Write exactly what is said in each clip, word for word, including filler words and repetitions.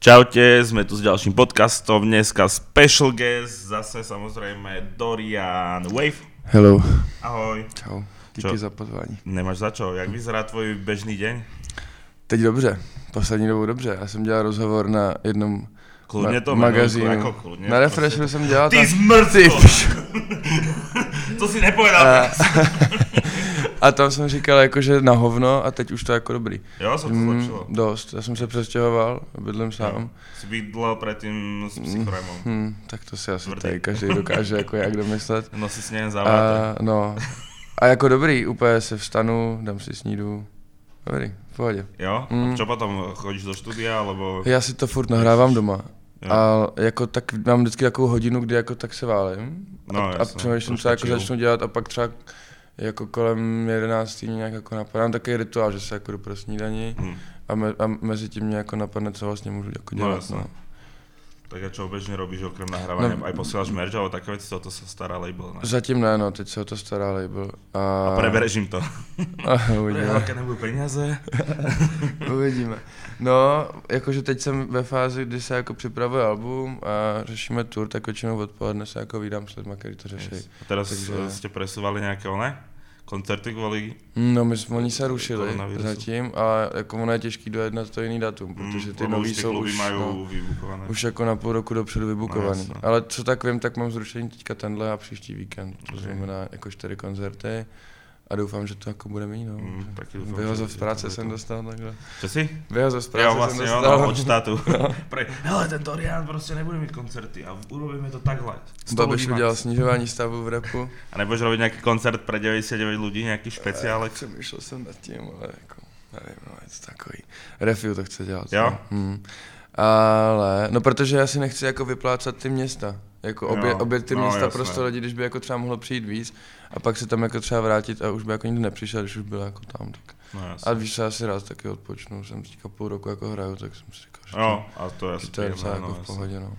Čaute, sme tu s ďalším podcastom, dneska special guest, zase samozrejme Dorian Wave. Hello. Ahoj. Čau, díky za pozvání. Nemáš za čo, jak vyzerá tvoj bežný deň? Teď dobře, poslední dobou dobře, já jsem dělal rozhovor na jednom Kludně to magazínu. Jako kludně, na Refreshu prostě jsem dělal... Ty zmrzko! To si nepovedal. A, a tam jsem říkal jakože na hovno a teď už to jako dobrý. Jo, se to mm, zlepšilo. Dost, já jsem se přestěhoval, bydlím sám. Jo. Jsi bydlel předtím s psychoremou. Hmm, tak to si asi tady každý dokáže jako jak domyslet. No si s něm zaváte. No. A jako dobrý, úplně se vstanu, dám si snídu. Dobrý, v pohodě. Jo? Mm. A čo potom, chodíš do studia, alebo... Já si to furt nahrávám doma. Jo. A jako tak mám vždycky takovou hodinu, kdy jako tak se válím. No, a, a přemýšlím, co jako začnu dělat a pak třeba jako kolem jedenácti nějak jako napadám takový rituál, že se jako jdu pro snídani hmm. a, me, a mezi tím mě jako napadne, co vlastně můžu jako dělat. No, no. Tak a čo bežne robíš okrem nahrávania? No, aj posíláš merch, ale také veci, o to sa stará label, ne? Zatím ne, no, teď se o to stará label. A, a prebereš im to. Uvidíme. Aké nebudú peniaze. Uvidíme. No, jakože teď jsem ve fázi, kdy se jako připravuje album a řešíme tour, tak většinou odpoledne se jako vídám s lidma, který to řeší. Yes. A teraz Takže... ste presúvali nejaké one? Koncerty kvůli... No, my jsme, oni se rušili zatím, ale jako ono je těžký dojednat to jiný datum, protože ty mm, nový jsou už, no, už jako na půl roku dopředu vybukovaný. No, ale co tak vím, tak mám zrušení teďka tenhle a příští víkend, to okay. znamená jako čtyři koncerty. A doufám, že to jako bude mít, no. Mm, Vyhozov z práce jsem dostal takhle. Co jsi? Vyhozov z práce jo, vlastně, jsem dostal. Jo, no, od štátu. No. Hele, ten Dorian prostě nebude mít koncerty a urobíme to takhle. Babiš udělal snižování stavu v rapu. A nebudeš robiť nějaký koncert pre devadesát devět lidí, nějaký špeciálek? Přemýšlel jsem nad tím, ale jako, nevím, no, je to takový. Refiu to chce dělat. Jo? Hmm. Ale, no protože já si nechci jako vyplácat ty města. Jako obě, jo, obě ty no, města jasné. Prostě lidi, když by jako třeba mohlo přijít víc a pak se tam jako třeba vrátit a už by jako nikdo nepřišel, když už byl jako tam, tak. No, a víš, já si rád taky odpočnu, jsem teďka půl roku jako hraju, tak jsem si říkal, že jo, to, a to, je, to je docela jako v pohodě, no.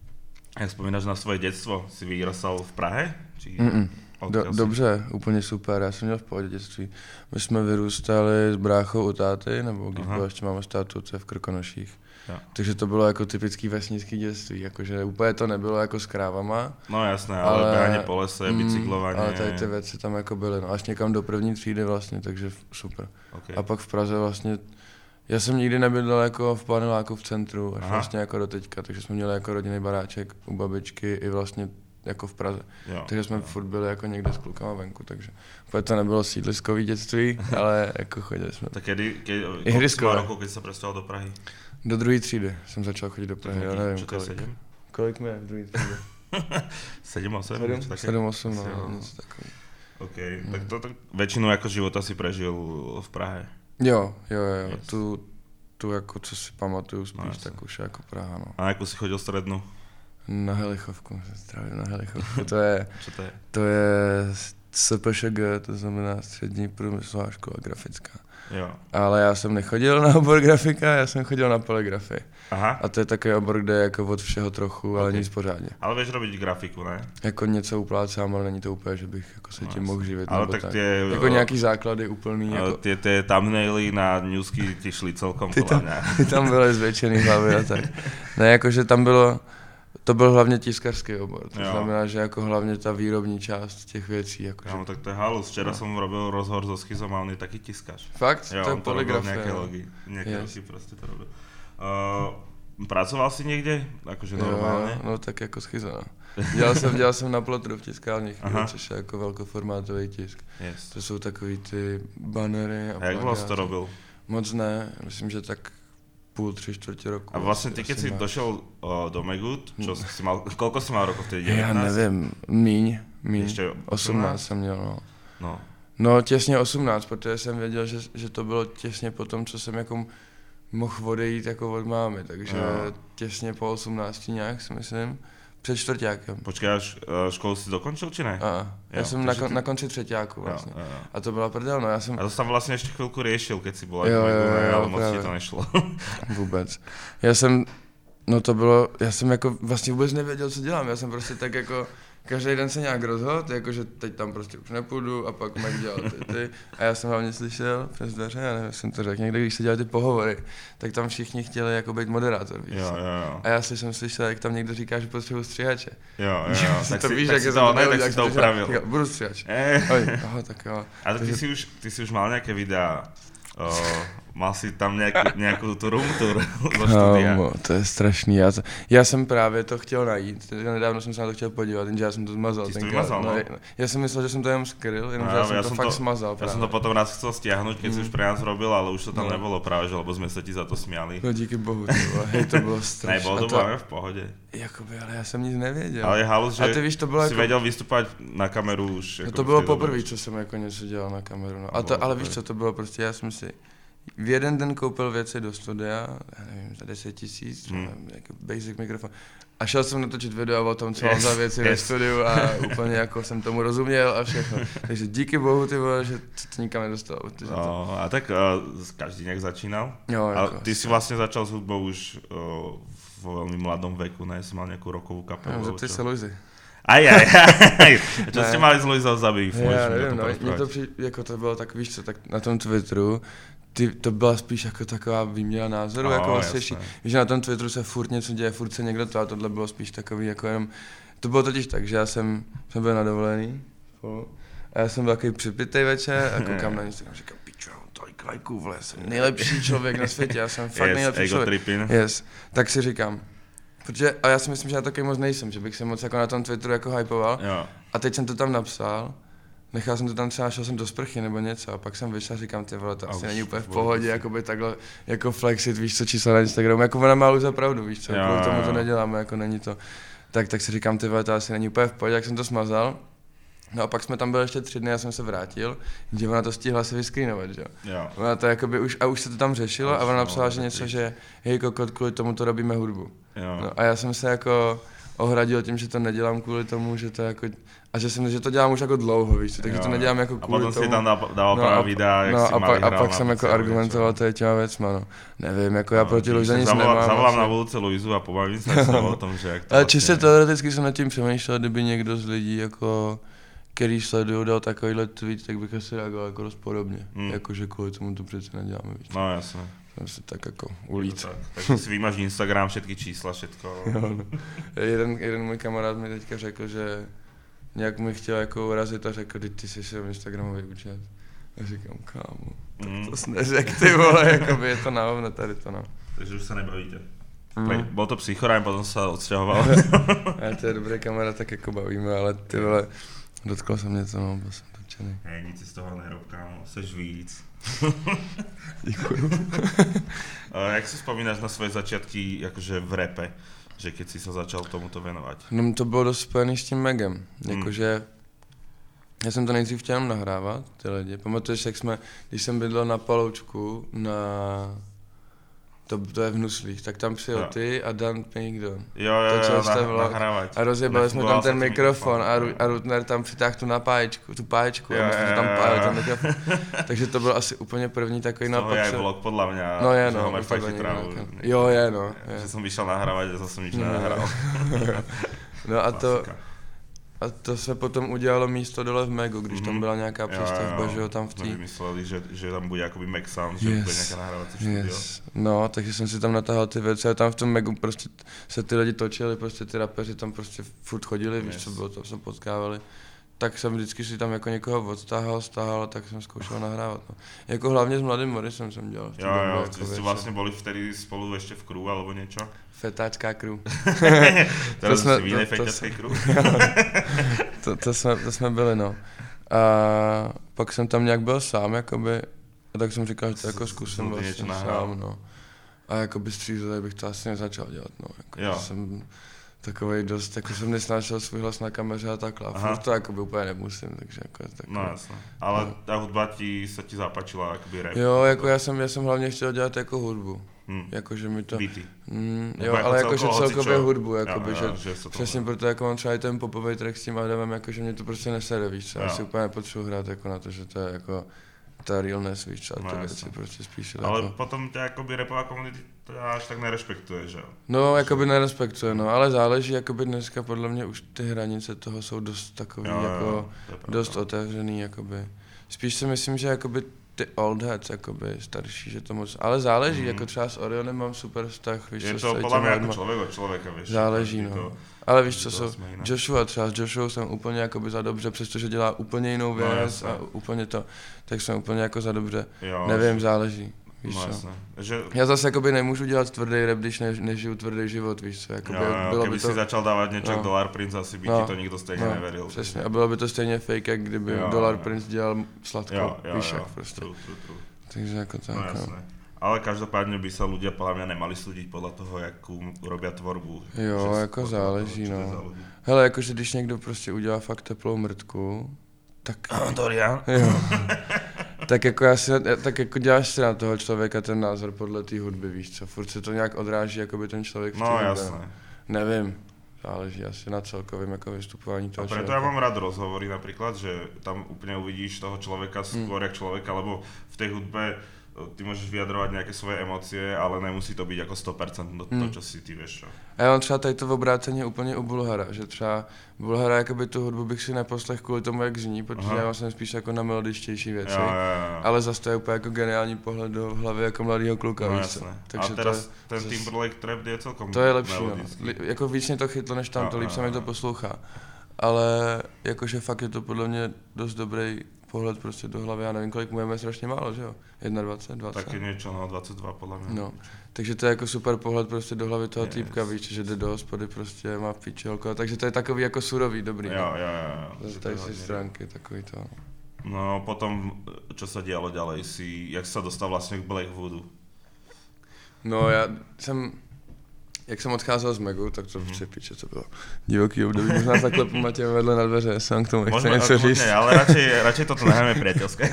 A vzpomínáš na svoje dětstvo, jsi vyrastal v Prahe? Či... Do, dobře, úplně super, já jsem měl v pohodě dětství. My jsme vyrůstali s bráchou u táty, nebo když bylo ještě máme s tátou, co je v Krkonoších. Ja. Takže to bylo jako typický vesnický dětství, jakože úplně to nebylo jako s krávama. No jasné, ale, ale běhání po lese, bicyklování. Ale tady ty věci tam jako byly, no až někam do první třídy vlastně, takže super. Okay. A pak v Praze vlastně, já jsem nikdy nebydlel jako v paneláku v centru, až Aha. vlastně jako do teďka, takže jsme měli jako rodinný baráček u babičky i vlastně jako v Praze. Jo, takže jsme jo. furt byli jako někde s klukama venku, takže úplně to nebylo sídliskový dětství, ale jako chodili jsme. Tak kedy, kedy, kedy jsi mal rokov, když se přestěhoval do Prahy? Do druhé třídy jsem začal chodit do Prahy, já nevím kolik. Sedm? Kolik mi je v druhé třídě? sedm, osm? sedm, osm, no, něco takový. OK, hmm. tak to tak většinu jako života si prežil v Prahe. Jo, jo, jo, yes. tu, tu jako co si pamatuju spíš, no, tak už jako Praha, no. A jakou si chodil střednu? Na Helichovku, zdravím na Helichovku, to je, Co to je? To je S P Š G, to znamená střední průmyslová škola grafická. Jo. Ale já jsem nechodil na obor grafika, já jsem chodil na poligrafii. Aha. A to je takový obor, kde je jako od všeho trochu, ale okay. nic pořádně. Ale víš robiť grafiku, ne? Jako něco uplácám, ale není to úplně, že bych jako se no, tím mohl živit. Ale tak, tak. Tie, jako nějaký základy úplný. Ale jako... ty, ty thumbnaily na newsky ti šli celkom ty tam, ty tam byly zvětšený hlavy a tak. Ne, jakože tam bylo, to byl hlavně tiskařský obor, to jo. znamená, že jako hlavně ta výrobní část těch věcí. Jako no, tak to je halus. Včera no. jsem robil rozhovor so Schizom a on je taky tiskař. Fakt? Jo, to je on to robil nějaké no. logy. Nějaké yes. logy prostě to robil. Uh, pracoval jsi někde? Jakože normálně? Jo, no tak jako Schizo, no. Dělal jsem, dělal jsem na Plotru v tiskárně, což je jako velkoformátový tisk. Yes. To jsou takový ty bannery a A jak vlastně to robil? Moc ne, myslím, že tak půl, tři čtvrtě roku. A vlastně ty, keď si došel uh, do Megut, čo si mal, koľko si mal rokov vtedy? devätnásť? Já nevím, míň, míň. Ještě osmnáct jsem měl, no. No. No těsně osmnáct, protože jsem věděl, že, že to bylo těsně po tom, co jsem jako mohl odejít jako od mámy, takže no. těsně po osmnácti nějak si myslím. Před čtvrťákem. Počkej, až školu si dokončil, či ne? A, já jo, jsem na, kon, ty... na konci třeťáku vlastně. Jo, jo. A to byla prdel, no já jsem... A to jsem vlastně ještě chvilku riešil, keď si byla, jo, jo, jo, ale moc ti to nešlo. Vůbec. Já jsem, no to bylo, já jsem jako vlastně vůbec nevěděl, co dělám, já jsem prostě tak jako každý den se nějak rozhodl, jakože teď tam prostě už nepůjdu a pak Mac dělal ty, ty. A já jsem hlavně slyšel přes dveře, já nevím, jsem to řekl někde, když se dělali ty pohovory, tak tam všichni chtěli jako být moderátor, víš. Jo, jo, jo. A já si jsem slyšel, jak tam někdo říká, že potřebuji střihače. Jo, jo, jo. tak to si, víš, tak jak si to, ne, tak si to upravil. Říkal, budu střihač. Eh. Aha, tak jo. Ale ty, si už, ty si už mal nějaké videa. O, mal si tam nějakou, nějakou tu room tour do studia. Kámo, to je strašný. Já, to, já jsem právě to chtěl najít. Nedávno jsem se na to chtěl podívat, jenže já jsem to zmazal. Ty jsi to vymazal, no? no? Já jsem myslel, že jsem to jenom skryl, jenomže no, já jsem já to jsem fakt to, smazal. Já právě. jsem to potom raz chcel stiahnuť, keď mm. si už pre nás robil, ale už to tam no. nebolo práve, že, lebo sme sa ti za to smiali. No díky bohu, to bylo, hej, to bylo strašné. Nebolo to, to v pohode. Jakoby, ale já jsem nic nevěděl. Ale je halus, že ty víš, to bylo si jako... věděl vystupať na kameru už. No to bylo poprvé, co jsem jako něco dělal na kameru. No. A to, ale víš, co to bylo, prostě já jsem si v jeden den koupil věci do studia, já nevím, za deset tisíc, hmm. jako basic mikrofon. A šel jsem natočit video o tom, co yes, mám za věci yes. ve studiu a úplně jako jsem tomu rozuměl a všechno. Takže díky bohu, ty vole, že to nikam nedostalo. No, a tak uh, každý nějak začínal. Jo, a jako ty si vlastně začal s hudbou už uh, vo velmi mladom veku, ne? Jsi mal nějakou rokovou kapelu. No, ty se Luizy. Aj, aj, aj. Čo ste mali s Luizou za beef? Já nevím, no, mě to při, jako to bylo tak, víš co, tak na tom Twitteru, ty, to byla spíš jako taková výměna názoru, oh, jako vlastně, víš, na tom Twitteru se furt něco děje, furt se někdo to a tohle bylo spíš takový jako jenom, to bylo totiž tak, že já jsem, jsem byl na dovolený, a já jsem byl takový připitej večer a koukám na Instagram a říkám, pičo, tolik lajků, vle, jsem nejlepší člověk na světě, já jsem fakt yes, nejlepší člověk. Tripping. Yes, tak si říkám, protože, a já si myslím, že já taky moc nejsem, že bych se moc jako na tom Twitteru jako hypoval. Jo. A teď jsem to tam napsal, nechal jsem to tam třeba, šel jsem do sprchy nebo něco a pak jsem vyšel a říkám, ty vole, to asi není úplně v pohodě, jakoby takhle, jako flexit, víš co, čísla na Instagramu, jako ona má za pravdu, víš co, kvůli tomu to neděláme, jako není to, tak, tak si říkám, ty vole, to asi není úplně v pohodě, jak jsem to smazal. No a pak jsme tam byli ještě tři dny, já jsem se vrátil, že ona to stihla si vyscreenovat, že jo. Ona to jakoby už, a už se to tam řešilo a ona napsala, že něco, že hej kokot, kvůli tomu to robíme hudbu. No a já jsem se jako ohradil tím, že to nedělám kvůli tomu, že to jako, a že jsem, že to dělám už jako dlouho, víš co, takže jo. to nedělám jako kvůli tomu. A potom si tam dával no pár videa, jak no si a malý pak, a pak jsem jako argumentoval tady těma věcma, no. Nevím, jako já no, proti Luize nic zavolám, nemám. Zavolám na budouce Luizu a pobavím se s o tom, že jak to ale vlastně čistě teoreticky jsem nad tím přemýšlel, kdyby někdo z lidí jako který sledují, dal takovýhle tweet, tak bych asi reagoval jako dost podobně. Hmm. Jakože kvůli tomu to přece neděláme, víc. No jasně. Jsem si tak jako ulít. Tak, takže si vymáš Instagram, všetky čísla, všetko. Jo, no. jeden, jeden můj kamarád mi teďka řekl, že nějak mi chtěl jako urazit a řekl, ty jsi si Instagramový účet. A říkám, kámo, hmm. tak to jsi neřekl, ty vole, jakoby je to na hovno tady to, no. Takže už se nebavíte. Mm. Bol to Psychorime, potom se odstěhoval. A to je dobrý kamarád, tak jako bavíme, ale ty vole, dotklo jsem něco, no, byl jsem dotčený. Hej, nic si z toho nerob, kámo, seš víc. Děkuju. Jak si vzpomínáš na svoje začiatky jakože v rape, že keď si se začal tomuto věnovat? No to bylo dost spojený s tím Megem, jakože já jsem to nejdřív chtěl nahrávat, ty lidi. Pamatuješ, jak jsme, když jsem bydlel na Paloučku, na... To, to je v Nuslích, tak tam přijel ty a Dan Pinkdon. Jo, jo, jo, na, nahrávat. A rozjebali jsme tam ten mikrofon a, a Rutner tam přitáhl tu napáječku, tu páječku jo, a my jsme to tam pájeli, ten mikrofon. Takže to byl asi úplně první takový nápad. Z toho je vlog podle mě, no je, no, jo, je, no. Že jsem vyšel nahrávat a zase nič nenahrál. No a to... A to se potom udělalo místo dole v Megu, když mm-hmm. tam byla nějaká přestavba, že jo, tam v té... No vymysleli, že, že tam bude jakoby Meg Sound, že yes. bude nějaká nahrávací studio. Yes. No, takže jsem si tam natahal ty věci a tam v tom Megu prostě se ty lidi točili, prostě ty rapeři tam prostě furt chodili, yes. víš co bylo, tam se potkávali. Tak jsem vždycky si tam jako někoho odstáhal, stáhal, tak jsem zkoušel nahrávat. No. Jako hlavně s mladým Morrisem jsem dělal. Jo, jo, jako jste vlastně byli vtedy spolu ještě v crew, alebo něco? Fetáčská crew. to jsme si jiné fetáčské crew. to, to, jsme, to jsme byli, no. A pak jsem tam nějak byl sám, jakoby, a tak jsem říkal, že to jako zkusím vlastně sám, no. A jakoby střízeli bych to asi nezačal dělat, no. Jako jsem takovej dost, jako jsem nesnášel svůj hlas na kameře a takhle. A furt to jakoby úplně nemusím, takže jako takové. No jasně. Ale no. Ta hudba ti se ti zapáčila, jakoby rap. Jo, jako já jsem, já jsem hlavně chtěl dělat jako hudbu. Hmm. Jakože mi to... Beaty. Mm, jo, jako ale jakože celkově hudbu, jakoby, jo, jo, že, že přesně proto jako mám třeba i ten popovej track s tím Adamem, jakože mě to prostě nesede, víš co, já si úplně nepotřebuji hrát jako na to, že to je jako ta realness, víš co, a ty no, věci prostě spíš. Ale jako... potom tě jakoby rapová komunita To já až tak nerespektuje, že jo? No, jakoby nerespektuje, no, ale záleží, jakoby dneska podle mě už ty hranice toho jsou dost takový, jo, jako, jo, dost otevřený, jakoby. Spíš si myslím, že jakoby ty old heads, jakoby starší, že to moc, ale záleží, mm. jako třeba s Orionem mám super vztah, víš, je co, to podle mě jako člověk od člověka, víš. Záleží, no. To, ale víš, co jsou, Joshua třeba, s Joshua jsem úplně jakoby za dobře, přestože dělá úplně jinou věc no, a úplně to, tak jsem úplně jako za dobře, jo, nevím, záleží. Víš no, co? Že... Já zase jakoby nemůžu dělat tvrdý rap, když ne, nežiju tvrdý život, víš co, jakoby, jo, jo, bylo kdyby by to... si začal dávat něco no. Dollar Prince, asi by no. ti to nikdo stejně no, nevěřil. Přesně, a bylo by to stejně fake, jak kdyby jo, Dollar jo. Prince dělal sladko, jo, jo, víš jo, jak prostě. True, true, true. Takže jako tak, no, jasné. No. Ale každopádně by se ľudia podle mě nemali soudit podle toho, jakou robí tvorbu. Jo, jako záleží, toho, no. Hele, jakože když někdo prostě udělá fakt teplou mrtku, tak... Dorian? Jo. Tak jako, já si, tak jako děláš si na toho člověka ten názor podle té hudby, víš co, furt se to nějak odráží, jakoby ten člověk v té No hudbě. Jasné. Nevím, záleží asi na celkovém jako vystupování toho člověka. A preto člověka. já mám rád rozhovory například, že tam úplně uvidíš toho člověka skôr hmm. jak člověka, lebo v té hudbe ty můžeš vyjadrovat nějaké svoje emocie, ale nemusí to být jako sto procent to, hmm. čo si ty víš. A já mám třeba tady to v obráceně úplně u Bulhara, že třeba Bulhara jakoby tu hudbu bych si neposlech kvůli tomu, jak zní, protože Aha. já jsem spíš jako na melodičtější věci, jo, jo, jo. Ale zase to je úplně jako geniální pohled do hlavy jako mladýho kluka, no, víš co. Takže a teraz to, ten zase, Timberlake trap je celkom to je lepší, no. Jako víc mě to chytlo než tam, no, to líp no, se mi to poslouchá. Ale jakože fakt je to podle mě dost dobrý pohled prostě do hlavy, já nevím, kolik můžeme strašně málo, že jo? dvacet jedna, dvacet Taky něco, no, dvacet dva podle mě. No, takže to je jako super pohled prostě do hlavy toho yes. týpka, víš, že jde do hospody, prostě má pičelko, takže to je takový jako surový, dobrý. Jo, jo, jo. Zase tady si stránky, takový to. No, potom, čo se dělalo ďalej, si, jak se dostal vlastně k Blackwoodu? No, já jsem... Jak jsem odcházel z Megu, tak to mm-hmm. v piče, to bylo divoký období, možná zaklepu Matěj vedle na dveře, jsem k tomu nechce něco říct. Ale radšej, radšej toto necháme priateľské.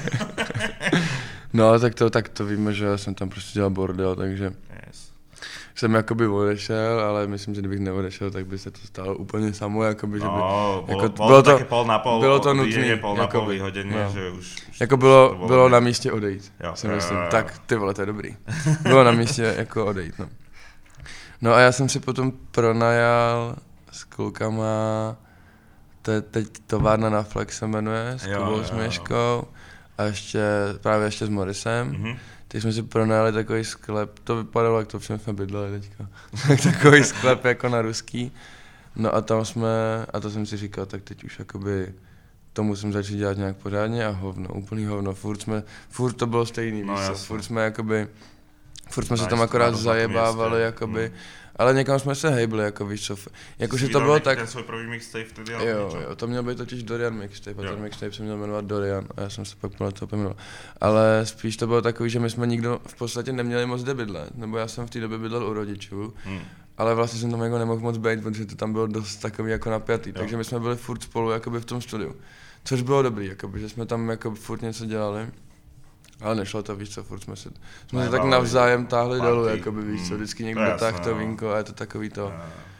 No, tak to, tak to víme, že já jsem tam prostě dělal bordel, takže yes. jsem jakoby odešel, ale myslím, že kdybych neodešel, tak by se to stalo úplně samo, jakoby, že by... No, jako, bylo, bylo to, pol na pol, bylo to nutný, pol na pol vyhodění, no. Že už, už jako bylo, bylo, bylo na místě odejít, jo, si jo, myslím, jo, jo. tak ty vole, to je dobrý. Bylo na místě jako odejít, no. No a já jsem si potom pronajal s klukama, to je teď továrna na Flex se jmenuje, s Kubou Směškou a ještě, právě ještě s Morrisem. Mm-hmm. Teď jsme si pronajali takový sklep, to vypadalo, jak to všem jsme bydleli teďka, takový sklep jako na ruský. No a tam jsme, a to jsem si říkal, tak teď už jakoby to musím začít dělat nějak pořádně a hovno, úplný hovno, furt jsme, furt to bylo stejný, no, víš, furt jsme jakoby, furt jsme se tam akorát zajebávali, jakoby, hmm. ale někam jsme se hejbli, jako víš co, jakože to bylo tak... ten svůj první mixtape vtedy, ale jo, jo, to měl být totiž Dorian mixtape, a ten mixtape se měl jmenovat Dorian, a já jsem se pak podle toho pojmenoval. Ale spíš to bylo takový, že my jsme nikdo v podstatě neměli moc kde bydlet, nebo já jsem v té době bydlel u rodičů, hmm. ale vlastně jsem tam jako nemohl moc být, protože to tam bylo dost takový jako napjatý, jo. Takže my jsme byli furt spolu jakoby v tom studiu, což bylo dobrý, jakoby, že jsme tam jako furt něco dělali. Ale nešlo to, víš co, furt jsme se, jsme se tak navzájem táhli dolů, jakoby, víš co, vždycky někdo dotáhl to vínko a je to takový to.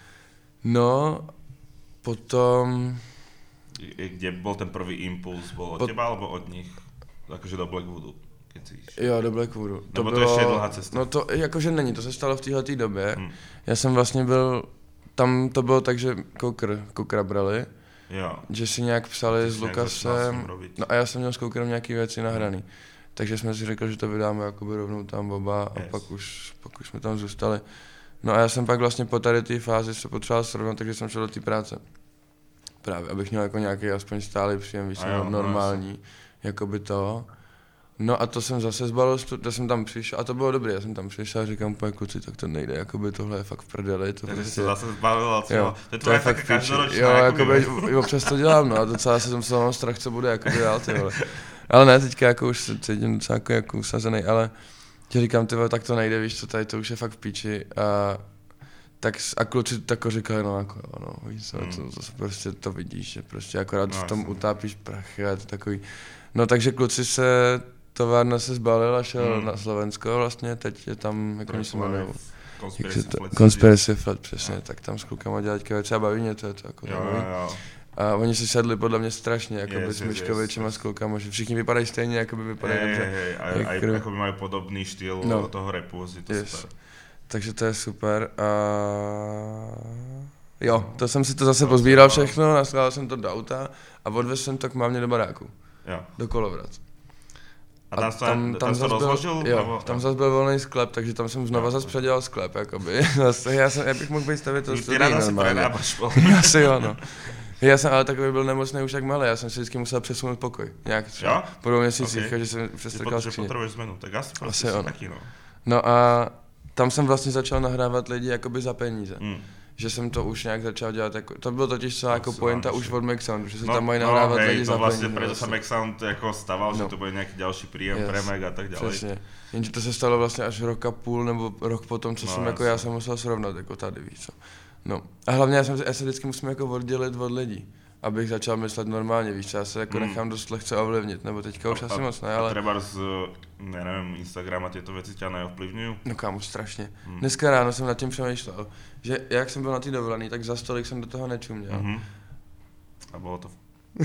No, potom... Kde byl ten první impuls, byl od Pot... těba alebo od nich? Jakože do Blackwoodu, kecíš? Jo, do Blackwoodu. To Nebo bylo, to ještě je dlouhá cesta? No to jakože není, to se stalo v téhletý době. Hmm. Já jsem vlastně byl, tam to bylo tak, že Coker, Cookera brali. Jo. Že si nějak psali Ty s Lukasem, no a já jsem měl s Cookerem nějaký věci nahraný. Takže jsme si řekli, že to vydáme jakoby rovnou tam oba a yes. pak, už, pak už jsme tam zůstali. No a já jsem pak vlastně po tady té fázi se potřeboval srovnat, takže jsem šel do té práce. Právě, abych měl jako nějaký aspoň stálý příjem, víš, jo, normální, no, jakoby to. No a to jsem zase zbalil, to jsem tam přišel, a to bylo dobré, já jsem tam přišel a říkám úplně kluci, tak to nejde, jakoby tohle je fakt v prdeli. To Takže prostě, se zase zbalil, co? Jo, to je tvoje fakt každoročná. Jo, jakoby, občas to dělám, no a docela se jsem mám strach, co bude, jakoby dál, ty vole. Ale ne, teďka jako už se cítím docela jako, jako usazený, ale ti říkám, ty vole, tak to nejde, víš co, tady to už je fakt v píči a tak a kluci tako říkají, no jako jo, no, víš co, hmm. to, to, prostě to vidíš, že prostě akorát no, v tom utápíš prachy a to takový. No takže kluci se, továrna se zbalil a šel hmm. na Slovensko vlastně, teď je tam, jak oni se jmenují. Conspiracy Flat, přesně, no. Tak tam s klukama dělat věci a baví mě to, je to jako jo, jo, jo. A oni si sedli podle mě strašně, jakoby yes, s Myškovičem yes, a s klukama, že všichni vypadají stejně, jakoby vypadají hey, dobře. Hey, hey. A, a jakoby mají podobný štýl no. toho rapu, si to yes. super. Takže to je super. A... Jo, to jsem si to zase pozbíral všechno, naskladal jsem to do auta a odvezl jsem to k mámě do baráku. Jo. Do Kolovrat. A tam, a tam, tam, tam zase rozložil? Jo, nebo? Tam zase byl volný sklep, takže tam jsem znova zase předělal sklep, jakoby. Zase, já, jsem, já bych mohl být stavět to studií normálně. Asi jo, no. Já jsem ale takový byl nemocný už jak malý, já jsem si vždycky musel přesunout pokoj. Nějak třeba po dvou měsících, okay. že jsem přestrkal skříně. Že potřebuješ změnu, tak asi prostě asi taky, no. No a tam jsem vlastně začal nahrávat lidi jakoby za peníze. Hmm. Že jsem to už nějak začal dělat, jako, to bylo totiž celá jako pointa už od Maxsoundu, že se no, tam mají nahrávat no, hej, lidi za vlastně peníze. Preto sa Maxsound jako staval, no. Že to bude nějaký další príjem, yes. Premek a tak dále. Přesně, jenže to se stalo vlastně až rok a půl nebo rok potom, co no, jsem jako já jsem musel srovnat jako tady, víš co. No a hlavně já, jsem, já se vždycky musím jako oddělit od lidí, abych začal myslet normálně, víš co, já se jako hmm. nechám dost lehce ovlivnit, nebo teďka už a, asi a, moc ne, ale... A třeba z, já nevím, Instagram a tyto věci tě neovplyvňují? No kámo, strašně. Hmm. Dneska ráno jsem nad tím přemýšlel, že jak jsem byl na té dovolený, tak za stolik jsem do toho nečuměl. Mm-hmm. A bylo to...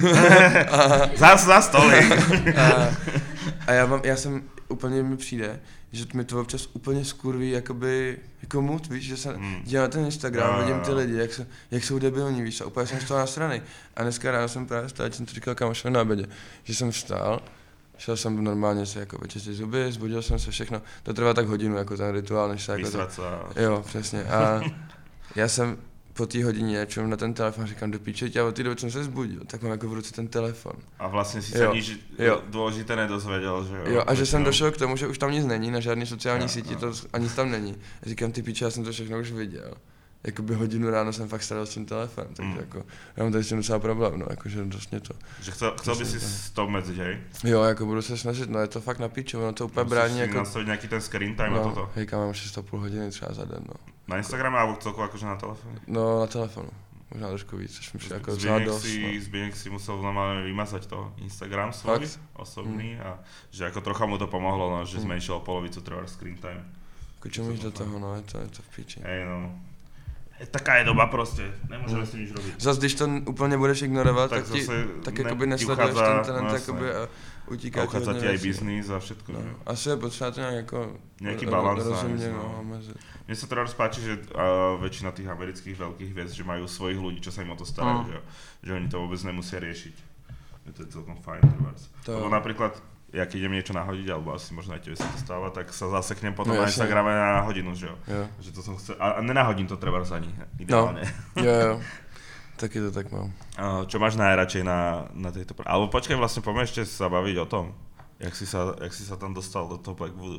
Zas za stolik! a, a já, mám, já jsem, úplně mi přijde, že mi to občas úplně skurví, jakoby, jako mood, víš, že jsem hmm. dělal ten Instagram, no, vidím ty lidi, jak, se, jak jsou debilní, víš, a úplně jsem z toho nasranej. A dneska ráno jsem právě stál, jsem to říkal kamošovi na obědě, že jsem vstál, šel jsem normálně se jako vyčistit zuby, zbudil jsem se všechno, to trvá tak hodinu, jako ten rituál, než se jako to, jo, přesně, a já jsem po té hodině čum na ten telefon, říkám do píče, a od té doby jsem se zbudil, tak mám jako v ruce ten telefon. A vlastně si se nič důležité nedozvěděl, že jo? Jo, a že jsem došel k tomu, že už tam nic není, na žádný sociální síti, to ani tam není. A říkám, ty píče, já jsem to všechno už viděl. Jakoby hodinu ráno jsem fakt staral s tím telefonem, takže mm. jako, já mám tady s tím docela problém, no, jakože dost mě to. Že chcel, chcel by si s to medzit, hej? Jo, jako budu se snažit, no je to fakt na píče, ono to úplně brání jako... Musíš nastavit nějaký ten screen time no, a toto? hejka, mám šest a půl hodiny třeba za den, no. Na Instagrame alebo celkovo akože na telefonu? No, na telefonu. Možná trošku víc, což mi přijde jako docela dost. Si, no. Zběněk si musel normálně vymazať to Instagram svoj, fakt? Osobný, mm. a že jako trocha mu to pomohlo, no, že mm. zmenšilo polovicu trvá screen time. Jako čo míš do toho, no, je to, je to v píči. Hej, no. Taká je doba prostě, nemůžeme mm. si nič robiť. Zas když to úplně budeš ignorovat, tak, tak, ti, tak ne, jakoby nesleduješ ten talent, no, jakoby a utíká ti hodně věcí. A aj biznis a všetko. No. Asi je potřeba to nějak jako nějaký balans rozumně, no, omezit. Mně se teda rozpáči, že uh, většina těch amerických velkých věc, že mají svojich lidí, čo sa im o to starají, mm. že, že oni to vůbec nemusí řešit. Je to celkom fajn, lebo například, jak idem niečo nahodiť, alebo asi možno aj tebe sa to stáva, tak sa zaseknem potom no, na Instagrame na hodinu, že jo? jo. Že to som chcel, a nenahodím to treba za ní, ideálne. No, jo, jo. Taky to tak mám. Uh, čo máš najradšej na, na tejto... Alebo počkaj, vlastne poďme ešte sa baviť o tom, jak si sa, jak si sa tam dostal do toho Blackwoodu.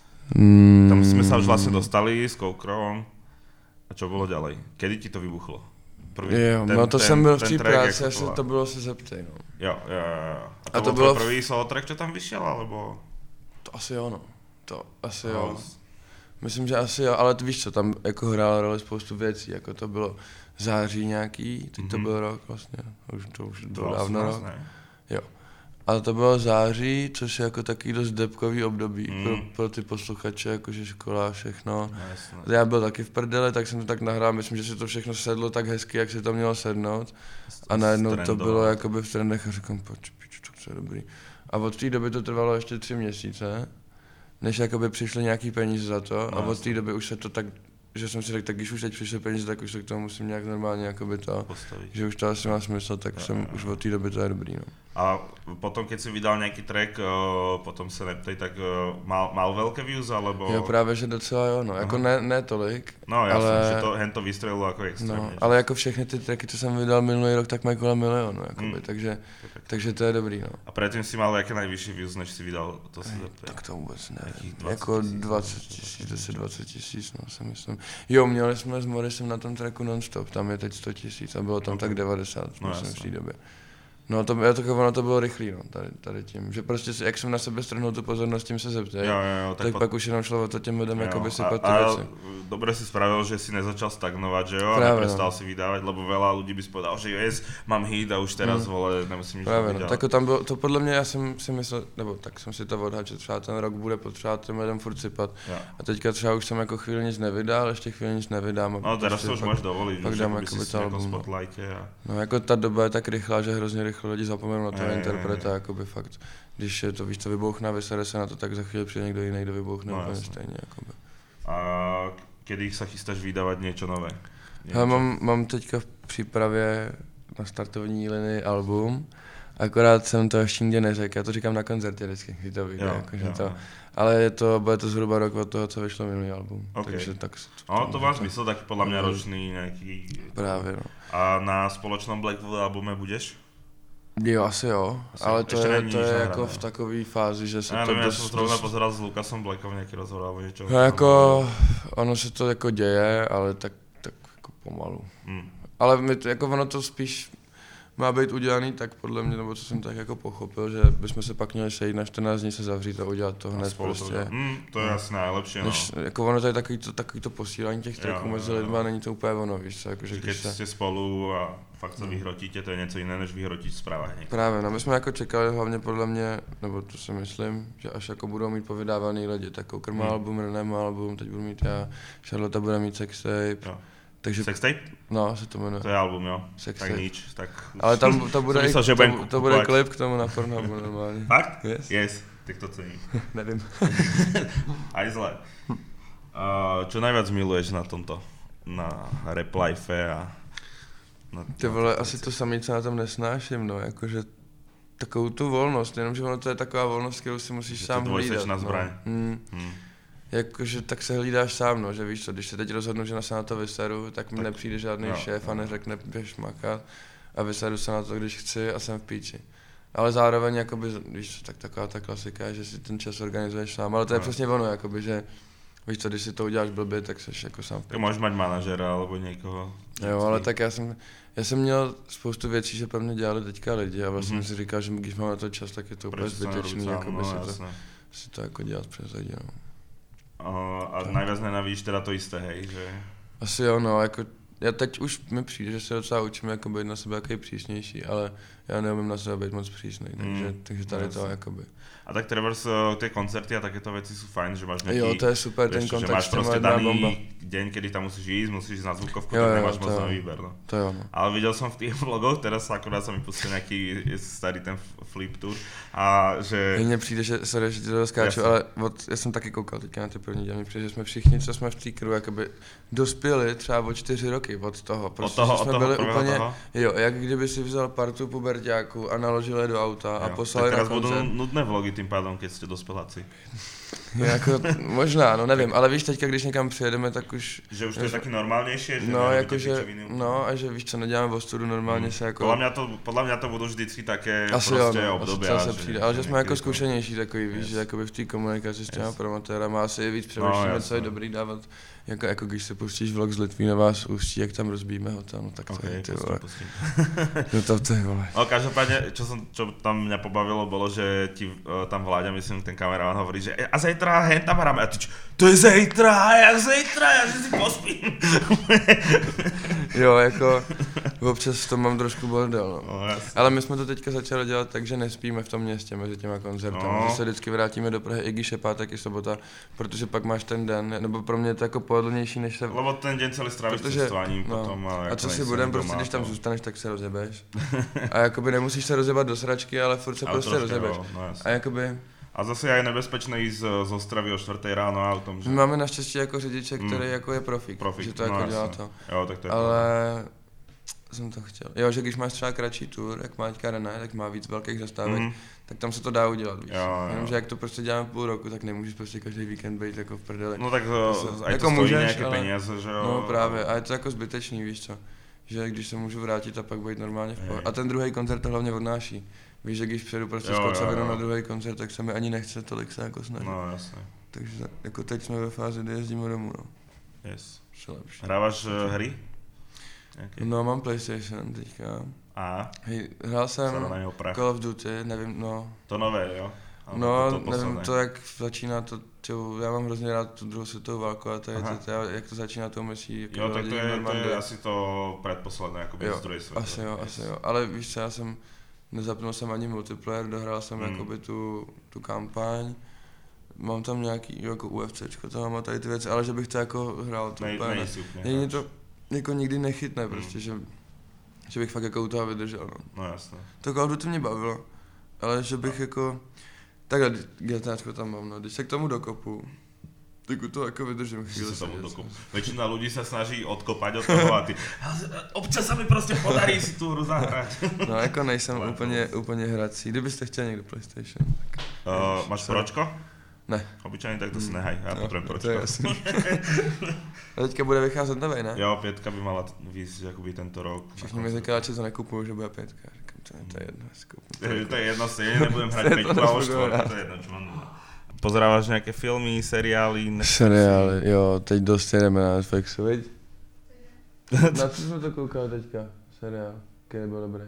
Mm. Tam sme sa už vlastne dostali s Koukrom. A čo bolo ďalej? Kedy ti to vybuchlo? Prvý, jo, ten, no to ten, jsem byl v té práci, asi to bylo se zeptej, no. Jo, jo, jo. A to, a to byl první solo track, čo tam vyšel, alebo? To asi jo, no. To asi no. jo. Myslím, že asi jo, ale to víš co, tam jako hrála roli spoustu věcí, jako to bylo září nějaký, teď mm-hmm. to byl rok vlastně, už to už bylo dávno rok. Ne? Jo. Ale to bylo září, což je jako taky dost depkový období mm. pro, pro ty posluchače, jakože škola a všechno. No, já byl taky v prdele, tak jsem to tak nahrál, myslím, že si to všechno sedlo tak hezky, jak si to mělo sednout. A najednou to bylo jakoby v trendech a říkám, pojď, pič, to je dobrý. A od té doby to trvalo ještě tři měsíce, než jakoby přišly nějaký peníze za to, no, a od té doby už se to tak, že jsem si řekl, tak když už teď přišly peníze, tak už se k tomu musím nějak normálně jakoby to, postavit. Že už to asi má smysl, tak no, jsem no, už od té doby to je dobrý, no. A potom, keď si vydal nějaký track, uh, potom se neptej, tak uh, mal, mal velké views, alebo... Jo, právě, že docela jo, no, jako ne, ne tolik, no, jasný, ale... že to, hen to vystřelilo jako extrémně. No, ale jako všechny ty tracky, co jsem vydal minulý rok, tak mají kolem milionu, jakoby, mm. takže, takže to je dobrý, no. A předtím si mal jaké nejvyšší views, než si vydal, to si zeptej. Tak to vůbec ne, jako dvacet tisíc, deset dvacet tisíc, no, si myslím. Jo, měli jsme s Morisem na tom tracku non-stop, tam je teď sto tisíc a bylo tam okay. tak devadesát, no, myslím, v té době. No to, já to, ono to bylo rychlý, no, tady, tady tím, že prostě jak jsem na sebe strhnul tu pozornost, tím se zeptej, jo, jo, jo, tak, tak pak už jenom šlo o to těm lidem jakoby sypat ty věci. Dobre si spravil, že si nezačal stagnovat, že jo, a neprestal no. si vydávať, lebo veľa ľudí by si povedal, že yes, mám hit a už teraz, mm. vole, nemusím nič Právě, no, tak tam bylo, to podle mě, já jsem si myslel, nebo tak jsem si to odhadl, že třeba ten rok bude potřebovat těm lidem furt sypat. Jo. A teďka třeba už jsem jako chvíli nic nevydal, ještě chvíli nic nevydám. No teraz to už máš dovolit, že by si si jako spotlightě. A... No jako ta doba je tak rychlá, že hrozně rychle lidi zapomenou na toho interpreta, jakoby fakt. Když je to, víš, to vybouchne a vysere se na to, tak za chvíli přijde někdo jiný, kdo vybouchne no, úplně stejně, jakoby. A kedy sa chystáš vydávať niečo nové? Hele, mám, mám teďka v přípravě na startovní linii album, akorát jsem to ještě nikde neřekl, já to říkám na koncertě vždycky, kdy to vyjde, jakože to, ale je to, bude to zhruba rok od toho, co vyšlo minulý album, okay. takže tak... No to má smysl, tak podľa mňa ročný nejaký... Právě, no. A na spoločnom Blackwell albume budeš? Jo, asi jo, asi ale to je, to je jako v takové fázi, že se já to nevím, dost... Já jsem zrovna pozeral s Lukasom Blackom nějaký rozhovor alebo něčo. No jako, ono se to jako děje, ale tak, tak jako pomalu. Hmm. Ale my to, jako ono to spíš má být udělaný tak podle mě, nebo co jsem tak jako pochopil, že bychom se pak měli sejít na čtrnáct dní se zavřít a udělat to hned prostě. To, mm, to je jasné, nejlepší, no. Než, jako ono to je takový to, takový to posílání těch tracků mezi lidma, není to úplně ono, víš co, jakože když se... jste spolu a fakt se vyhrotíte, to je něco jiné, než vyhrotit zprávách. Právě, no my jsme jako čekali hlavně podle mě, nebo to si myslím, že až jako budou mít povydávaný lidi, tak Koukr má hmm. album, René má album, teď budu mít já, Charlotte bude mít sextape. No. Takže, Sextape? No, se to jmenuje. To je album, jo. Sextape. Tak nič, tak... Ale tam to bude, myslel, i, to, to bude klip k tomu na Pornhubu normálně. Fakt? Yes. Yes, tak to cením. Nevím. Aj zle. Uh, čo najviac miluješ na tomto? Na rap life a... Na, Ty vole, asi to samé, co na tom nesnáším, no, jakože takovou tu volnost, jenomže ono to je taková volnost, kterou si musíš že sám hlídat. Na zbraň. No. Hmm. Hmm. Jakože tak se hlídáš sám, no, že víš co, když se teď rozhodnu, že se na to vyseru, tak mi tak, nepřijde žádný no, šéf a neřekne, běž makat a vyseru se na to, když chci a jsem v píči. Ale zároveň, jakoby, víš co, tak taková ta klasika, že si ten čas organizuješ sám, ale to je no. přesně ono, jakoby, že víš co, když si to uděláš blbě, tak seš jako sám v píči. Tak můžeš mít manažera alebo někoho. Jo, ale tak já jsem, já jsem měl spoustu věcí, že pro mě dělali teďka lidi a vlastně mm-hmm. si říkal, že když mám na to čas, tak je to úplně zbytečný, jakoby no, si, to, si to jako dělat přes lidi, no. Uh, a tak. Najviac nenavíš teda to isté, hej, že? Asi jo, no, jako já teď už mi přijde, že se docela učím jako být na sebe jaký přísnější, ale já neumím na sebe být moc přísný, takže, mm, takže tady jasný. To jakoby. A tak třeba ty koncerty a takéto věci jsou fajn, že máš nějaký... Jo, to je super, ten kontakt máš prostě daný bomba. Deň, kedy tam musíš jít, musíš jít na zvukovku, jo, tak nemáš jo, moc na výber, no. To jo, no. Ale viděl jsem v těch vlogoch, teraz akorát jsem mi pustil nějaký starý ten flip tour a že... Mně přijde, že, sorry, že ti to skáču, ale od, já jsem taky koukal teďka na ty první dělní, protože jsme všichni, co jsme v té crew, jakoby dospěli třeba o čtyři roky od toho. Prostě, od toho, jsme od toho, byli úplně, toho? Jo, jak kdyby si vzal partu puberťáků a naložil je do auta a jo, poslali na koncert. Tak budou nudné vlogy tím pádem, keď jste dospeláci. Jako, možná, no nevím, ale víš, teďka, když někam přijedeme, tak už... Že už to je taky normálnější, že no, jako, že, no, a že víš co, neděláme v ostudu, normálně hmm. se jako... Podle mě to, podle mě to budou vždycky také asi prostě jo, no, období. Asi se přijde, ale že jsme jako zkušenější takový, víš, yes. že jakoby v té komunikaci s těma yes. promotérama asi víc přemýšlíme, no, co je dobrý dávat. Jako, jako když se pustíš vlog z Litvínova z Ústí, jak tam rozbíjeme hotel, no tak to okay, je, ty vole. No to ty vole. No každopádně, čo, som, čo tam mě pobavilo, bylo, že ti uh, tam Vláďa, myslím, ten kameraman hovorí, že a zajtra hen tam hráme, a ty čo, to je zajtra, jak zajtra, já si pospím. Jo, jako občas to mám trošku bordel, no. no ale my jsme to teďka začali dělat tak, že nespíme v tom městě mezi těma koncertami, no. že se vždycky vrátíme do Prahy, i když je pátek, i sobota, protože pak máš ten den, nebo pro mě to jako pohodlnější, než se... Lebo ten den celý strávíš cestováním no. potom. A, a co si budem, prostě když tam zůstaneš, tak se rozjebeš. A jakoby nemusíš se rozjebat do sračky, ale furt se ale prostě rozjebeš. No, a jakoby... A zase je nebezpečné jít z, z Ostravy o čtvrté ráno autom, že? My máme naštěstí jako řidiče, který mm. jako je profík, profík, že to no, jako jasne. dělá to. Jo, tak to je ale jsem to chtěl. Jo, že když máš třeba kratší tour, jak má teďka René, tak má víc velkých zastávek, mm. tak tam se to dá udělat, víš. Jenomže jak to prostě děláme půl roku, tak nemůžeš prostě každý víkend být jako v prdeli. No tak to, jako to stojí nějaké ale, peníze, že jo. No právě, a je to jako zbytečný, víš co. Že když se můžu vrátit a pak být normálně v pohodě. A ten druhý koncert to hlavně odnáší. Víš, že když přijedu prostě z Kocovinou na druhý koncert, tak se mi ani nechce tolik se jako snažit. No jasně. Takže jako teď jsme ve fázi, kdy jezdíme domů, no. Yes. Hráváš uh, hry? Okay. No, mám PlayStation teďka. A? Hej, hrál jsem Call of Duty, nevím, no. To nové, jo? Ale no, to nevím to, jak začíná to, čo, já mám hrozně rád tu druhou světovou válku a to je to, jak to začíná tou misí. Jo, tak to je, to je asi to předposledné, jako z druhé světové. Asi jo, asi jo, ale víš co, já jsem, nezapnul jsem ani multiplayer, dohrál jsem hmm. jakoby tu, tu kampaň. Mám tam nějaký jako UFCčko, tam mám tady ty věci, ale že bych to jako hrál to úplně ne. Není to jako nikdy nechytné hmm. prostě, že, že bych fakt jako u toho vydržel, no. No jasně. To Call of Duty mě bavilo, ale že bych no. jako, takhle GTAčko tam mám, no, když se k tomu dokopu, Tak u toho jako vydržím chvíli. Väčšina ľudí sa snaží odkopať od toho a ty občas sa mi prostě podarí si tu hru zahrať. No jako nejsem úplně, úplně hrací. Kdybyste chtěli někdo PlayStation. Tak... Uh, máš pročko? Ne. Obyčajně tak to si nehaj, já no, potřebuji pročko. To je jasný. A teďka bude vycházet novej, ne? Jo, pětka by mala výjít jakoby tento rok. Všichni mi říkali, že to nekupuju, že bude pětka. Říkám, to je, to je jedno, je, to je jedno, stejně nebudem hrát pětku a o čtvrtku, to je jedno, čo mám. Pozeráváš nějaké filmy, seriály? Netflixy? Seriály, jo, teď dost jedeme na Netflixu, viď? Na co jsme to koukali teďka? Seriál, který byl dobrý?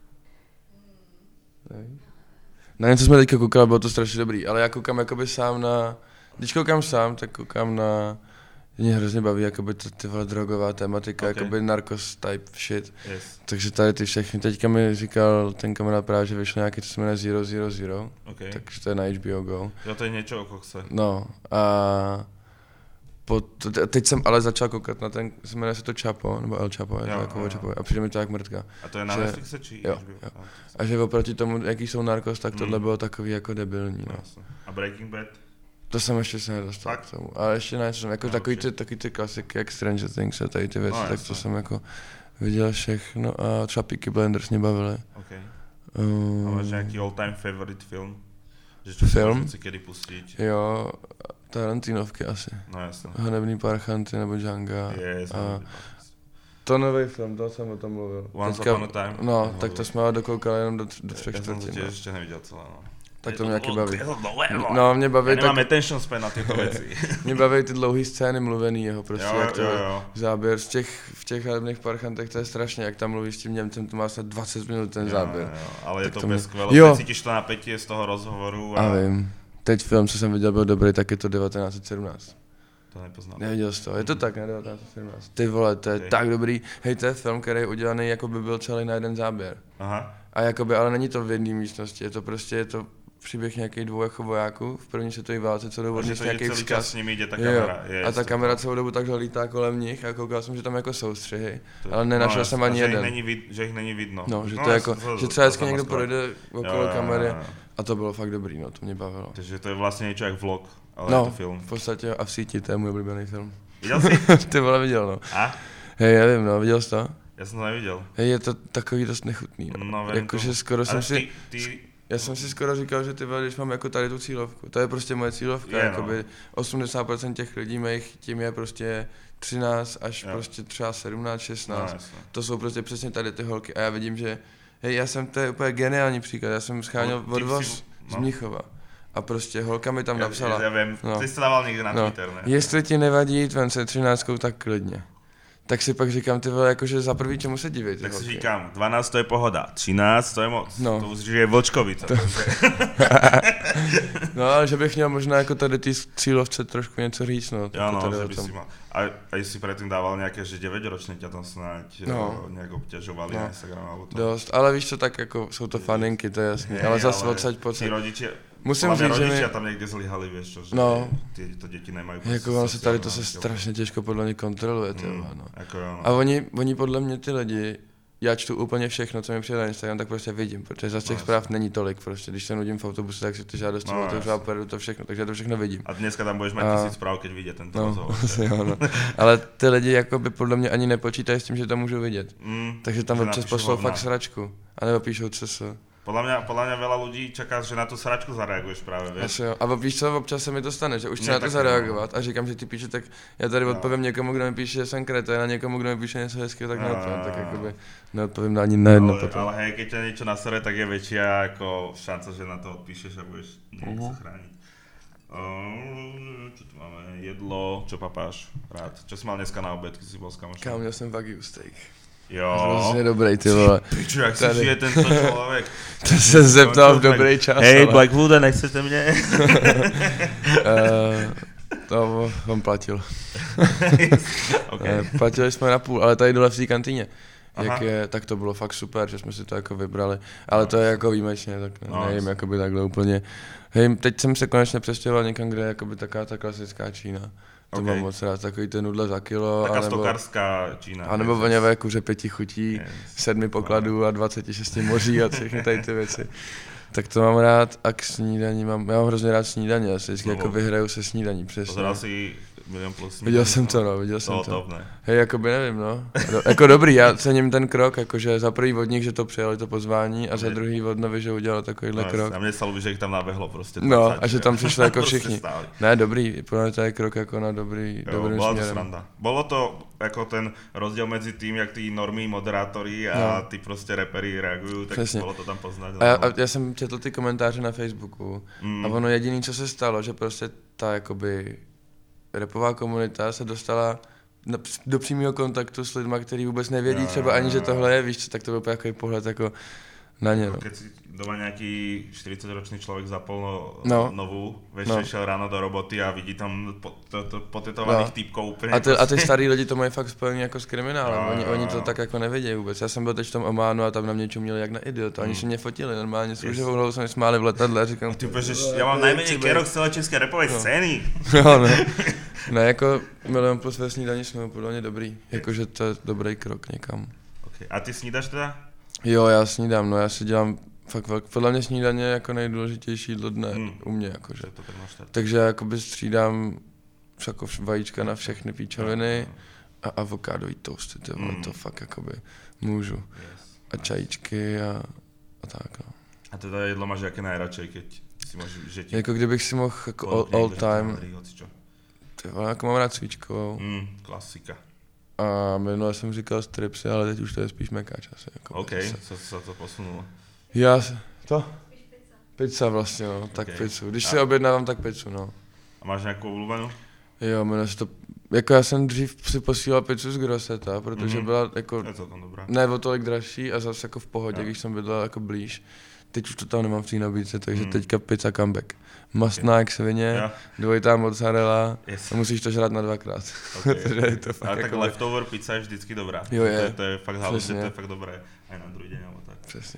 Nevíš? Na něco jsme teďka koukali, bylo to strašně dobrý, ale já koukám jakoby sám na... Když koukám sám, tak koukám na... Mě hrozně baví jakoby to, ty vole drogová tematika, okay. Jakoby narcos type shit. Yes. Takže tady ty všechny, teďka mi říkal ten kamarád právě, že vyšlo nějaký, co se jmenuje Zero Zero Zero, okay. Takže to je na H B O Go. Jo, to je něco o kokse. No a po, teď jsem ale začal koukat na ten, se jmenuje se to Chapo, nebo El Chapo, je to jako o Chapo, a přijde mi to jak mrtka. A to je na Netflixe či jo, jo. A že oproti tomu, jaký jsou narcos, tak tohle mm. bylo takový jako debilní. No. A Breaking Bad? To jsem ještě se nedostal k tomu, ale ještě ne, jsem jako no, takový ty, takový ty klasiky, jak Stranger Things a tady ty věci, no, tak to jsem jako viděl všechno a třeba Peaky Blinders mě bavily. Okay. Um, a máš nějaký all time favorite film? Že čo film? Si kedy pustit? Jo, Tarantinovky asi. No jasně. Hanebný parchanty nebo Django. Yes, a to nový film, to jsem o tom mluvil. Once Teďka, Upon a Time? No, no tak to jsme ale dokoukali jenom do, do třech čtvrtin. Já jsem to těž ještě neviděl celé, no. Tak to mě nějaký baví. No, mě baví já nemám tak... attention span na tyto věci. Mě baví ty dlouhé scény mluvený jeho, prostě jo, jak to jo, jo. záběr z těch, v těch hanebných parchantech, to je strašně, jak tam mluvíš s tím Němcem, to má snad dvacet minut ten jo, záběr. Jo, jo. Ale tak je to, to mě... skvělé, cítíš to napětí z toho rozhovoru. A... a vím, teď film, co jsem viděl, byl dobrý, tak je to devatenáct set sedmnáct. To nepoznám. Neviděl jsi to, je to tak, ne, devatenáct set sedmnáct. Ty vole, to je okay. Tak dobrý, hej, to je film, který je udělaný, jako by byl celý na jeden záběr. Aha. A jakoby, ale není to v jedné místnosti, je to prostě, je to příběh nějakých dvou jako vojáků v první světové válce, co dobu odnes nějaký vzkaz. S nimi jde ta kamera. Je, a ta kamera celou dobu takhle lítá kolem nich a koukal jsem, že tam jako soustřihy, to, ale nenašel no, jsem ani jeden. Že jich, vid, že jich není vidno. No, že no, to jako, to, že třeba vždycky někdo projde okolo jo, kamery jo, jo. A to bylo fakt dobrý, no, to mě bavilo. Takže to je vlastně něco jak vlog, ale no, je to film. v podstatě a v síti, to je můj oblíbený film. Viděl jsi? Ty vole, viděl, no. A? Hej, já vím, no, viděl jsi to? Já jsem to neviděl. Hej, je to takový dost nechutný, no. No, jakože skoro jsem si... Ty, ty... Já jsem si skoro říkal, že ty když mám jako tady tu cílovku, to je prostě moje cílovka, je, jakoby no. osmdesát procent těch lidí mých tím je prostě třináct až jo. Prostě třeba sedmnáct, šestnáct, no, to jsou prostě přesně tady ty holky a já vidím, že hej, já jsem, to je úplně geniální příklad, já jsem scháněl no, odvoz no. z Mnichova a prostě holka mi tam napsala. Já, já vím, no. Ty jsi to dával někde na no. Twitter, ne? Jestli ti nevadí jít ven se třináctkou, tak klidně. Tak si pak říkám, ty vole, jakože za prvý, čemu se diví, ty Tak holky. si říkám, dvanáct to je pohoda, třináct to je moc, no. To už je Vlčkovice. To... No, ale že bych měl možná jako tady ty cílovce trošku něco říct, no. Jo, no, že by si mal. A, a jsi předtím dával nějaké, že devětiročné tě tam snad no. Nějak obtěžovali no. Na Instagram alebo to. Dost, ale víš co, tak jako jsou to faninky, to je jasný, ale zase odsaď pocať. Rodiče, musím říct, že mi... tam někde zlyhali, víš čo, že no. ty to děti nemají. Jako vám se tady to se strašně těžko podle mě kontroluje, ty mm, no. Jako jo, no. A oni, oni podle mě ty lidi, já čtu úplně všechno, co mi přijde na Instagram, tak prostě vidím, protože za těch no, zpráv není tolik prostě, když se nudím v autobuse, tak si ty žádosti no, otevřu a pojedu to všechno, takže já to všechno vidím. A dneska tam budeš mít a... tisíc zpráv, keď vidět tento no, rozhovor. jo, no. Ale ty lidi jakoby podle mě ani nepočítají s tím, že to můžu vidět, mm, takže tam občas pošlou fakt sračku, anebo píšou C S. Podľa mňa, podľa mňa veľa ľudí čaká, že na tú sračku zareaguješ práve, vieš. Asi jo. A víš co, občas se mi to stane, že už chci na to zareagovat a říkám, že ty píše, tak já tady odpovím no. Někomu, kdo mi píše, že jsem kretén a někomu, kdo mi píše něco hezkého, tak no, neodpovím, tak jakoby neodpovím na ani na jedno ale, potom. Ale hej, keď ťa niečo nasere, tak je väčšia jako šanca, že na to odpíšeš a budeš nejak uh-huh. sa chrániť. Uh, čo tu máme? Jedlo, čo papáš rád? Čo si mal dneska na obed, keď si bol s kamošom? Kámo, měl jsem Wagyu steak. Jo. Hrozně dobrý, ty vole. Piču, jak si žije tento člověk. To jsem zeptal v dobrý čas. Hej, Blackwoode, nechcete mě? uh, to on platil. Okay. Platili jsme na půl, ale tady dole v té kantýně. Jak je, tak to bylo fakt super, že jsme si to jako vybrali, ale no, to je jako výjimečně, tak no, nevím, jakoby takhle úplně. Hej, teď jsem se konečně přestěhoval někam, kde je jakoby taká ta klasická Čína. To okay. Mám moc rád, takový ten nudle za kilo. Taká anebo, stokarská Čína. A nebo voňavé kuře pěti chutí, yes. sedmi pokladů a dvacet šest moří a všechny tady ty věci. Tak to mám rád a k snídaní mám, já mám hrozně rád snídaně, já se vždycky no, jako vyhraju se snídaní, přesně. Pozeral jsi Milion plus snídaní? Viděl jsem to, no, viděl jsem to. to. Top, ne? Hej, jakoby nevím, no. Do, jako dobrý, já cením ten krok, jakože za prvý od nich, že to přijali to pozvání a za druhý od Novy, že udělal takovýhle no, krok. A mě stalo, že jich tam naběhlo prostě. No, a že tam přišli jako všichni. Ne, dobrý, podle to je krok jako na dobrý, jo, dobrým bylo směrem. To sranda. Bylo to jako ten rozdíl mezi tím, jak ty normy moderátory a no. ty prostě repery reagují, tak Přesně. bylo to tam poznat. A já, a já jsem četl ty komentáře na Facebooku mm. a ono jediné, co se stalo, že prostě ta jakoby rapová komunita se dostala na, do přímého kontaktu s lidma, kteří vůbec nevědí no, třeba ani, že tohle je, víš co, tak to byl takový pohled jako na ně. No. Keď si doma nějaký čtyřicetiročný člověk zapol no, no. novou, večer no. šel ráno do roboty a vidí tam potetovaných no. týpků úplně. A ty, a ty starý lidi to mají fakt spojený jako s kriminálem, no, oni, no, oni to no. tak jako nevědí vůbec. Já jsem byl teď v tom Ománu a tam na mě čuměli jak na idiota, oni mm. si mě fotili normálně, s růžovou hlavou se mi smáli v letadle a říkám... A ty úplně, já mám nejméně kérok z celé české rapové no. scény. No, no. Ne, jako Milion plus ve snídani jsme podle mě dobrý, jakože to je dobrý krok někam. Okay. A ty snídáš teda? Jo, já snídám, no já si dělám fakt velk... Podle mě snídaně je jako nejdůležitější jídlo dne hmm. u mě, jakože. To Takže já jakoby střídám jako vajíčka na všechny píčoviny a avokádový toasty, to, hmm. to fakt jakoby můžu. Yes. A čajíčky a, a tak, no. A teda jedlo máš jaké nejradšej, keď si máš žetí? Jako kdybych si mohl jako all, all time, tyhle, jako mám rád svíčkovou. Hmm, klasika. A minule jsem říkal stripsy, ale teď už to je spíš mekáč asi. Jako OK, co se to posunulo? Já se... To? Pizza. Pizza vlastně, no, tak okay. pizzu. Když a... si objednávám, tak pizzu, no. A máš nějakou oblíbenou? Jo, jmenuje se to... Jako já jsem dřív si posílal pizzu z Groseta, protože mm-hmm. byla jako... Je to tam dobrá. Ne o tolik dražší a zase jako v pohodě, ja. Když jsem bydlel jako blíž. Teď už to tam nemám v té nabídce, takže mm. teďka pizza comeback. Mastná okay. jak svině, ja. dvojitá mozzarella yes. a musíš to žrát na dvakrát. Okay. je to fakt ale jako tak leftover pizza je vždycky dobrá. Jo, je. To, je, to je fakt halus, to je fakt dobré. Aj na druhý deň, alebo tak. Přesně.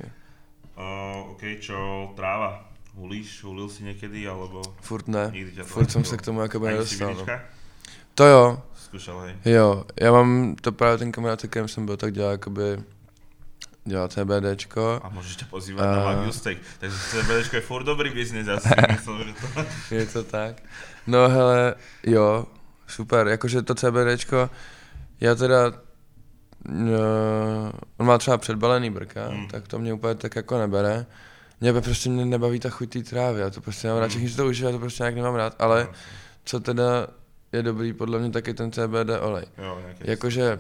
Uh, OK, čo tráva? Hulíš? Hulil si někdy, alebo... Furt ne, furt jsem se k tomu jakoby nedostal. No. To jo. Zkušel, hej. Jo, já mám to právě ten kamarád, se kterým jsem byl, tak dělá jakoby... Dělá CBDčko. A můžeš tě pozývat a... na Wagyu Steak, takže CBDčko je furt dobrý biznis, já si myslel, že to... Je to tak. No hele, jo, super, jakože to CBDčko, já teda, no, on má třeba předbalený brka, mm. tak to mě úplně tak jako nebere. Mě prostě mě nebaví ta chuť té trávy, já to prostě nemám rád, všichni si to užívají, já to prostě nějak nemám rád, ale co teda je dobrý podle mě, tak je ten C B D olej. Jo, jakože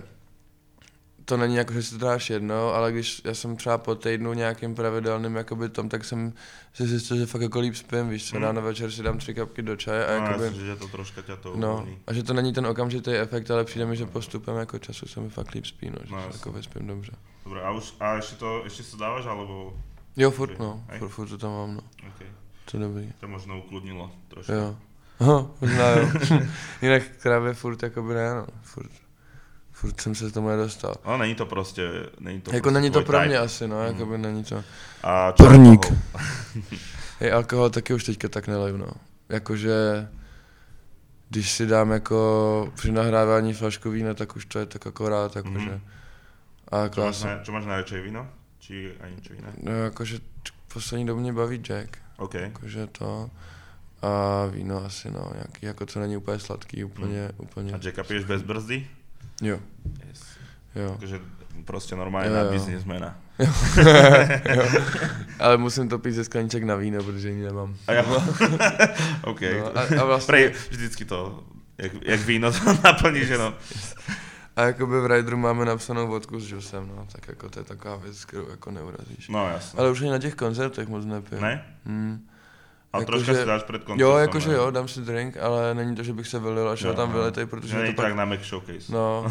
to není jako, že si to dáš jednou, ale když já jsem třeba po týdnu nějakým pravidelným jakoby tom, tak jsem si zjistil, že fakt jako líp spím, víš co, mm. ráno večer si dám tři kapky do čaje a no, jakoby... já si, že to troška tě to no, a že to není ten okamžitý efekt, ale přijde mi, že postupem jako času se mi fakt líp spí, no, že no, jako vyspím dobře. Dobré, a už, a ještě to, ještě to dáváš, alebo... Jo, furt no, furt, furt to tam mám, no. Okay. To dobrý. To možná ukludnilo trošku. Jo. Aha, možná jo. Jinak krávě furt jakoby ne, no, furt. Furt jsem se tomu nedostal. No není to prostě, není to jako prostě není to pro mě type. asi, no, jako by není to. A čo Porník. Hej, alkohol taky už teďka tak nelejv, no. Jakože, když si dám jako při nahrávání flašku vína, tak už to je tak akorát, jakože. Mm. A jako čo, máš na, čo máš najradšej víno? Či ani čo iné? No jakože poslední dobu mě baví Jack. OK. Jakože to. A víno asi, no, nějaký, jako to není úplně sladký, úplně, mm. úplně. A Jacka piješ bez brzdy? Jo. Yes. Jo. Takže prostě normálná biznismena. Jo. Jo. Ale musím to pít ze skleniček na víno, protože ji nemám. A jo. OK. No, a, a vlastně... Prej, vždycky to, jak, jak víno to naplní, že no. A jakoby v Rideru máme napsanou vodku s džusem, no, tak jako to je taková věc, kterou jako neurazíš. No jasně. Ale už i na těch koncertech moc nepiju. Ne? Hmm. A jako troška že, si dáš před koncertem. Jo, jakože jo, dám si drink, ale není to, že bych se vylil a šel tam vyletej, protože není to tak pak... na Mac Showcase. No,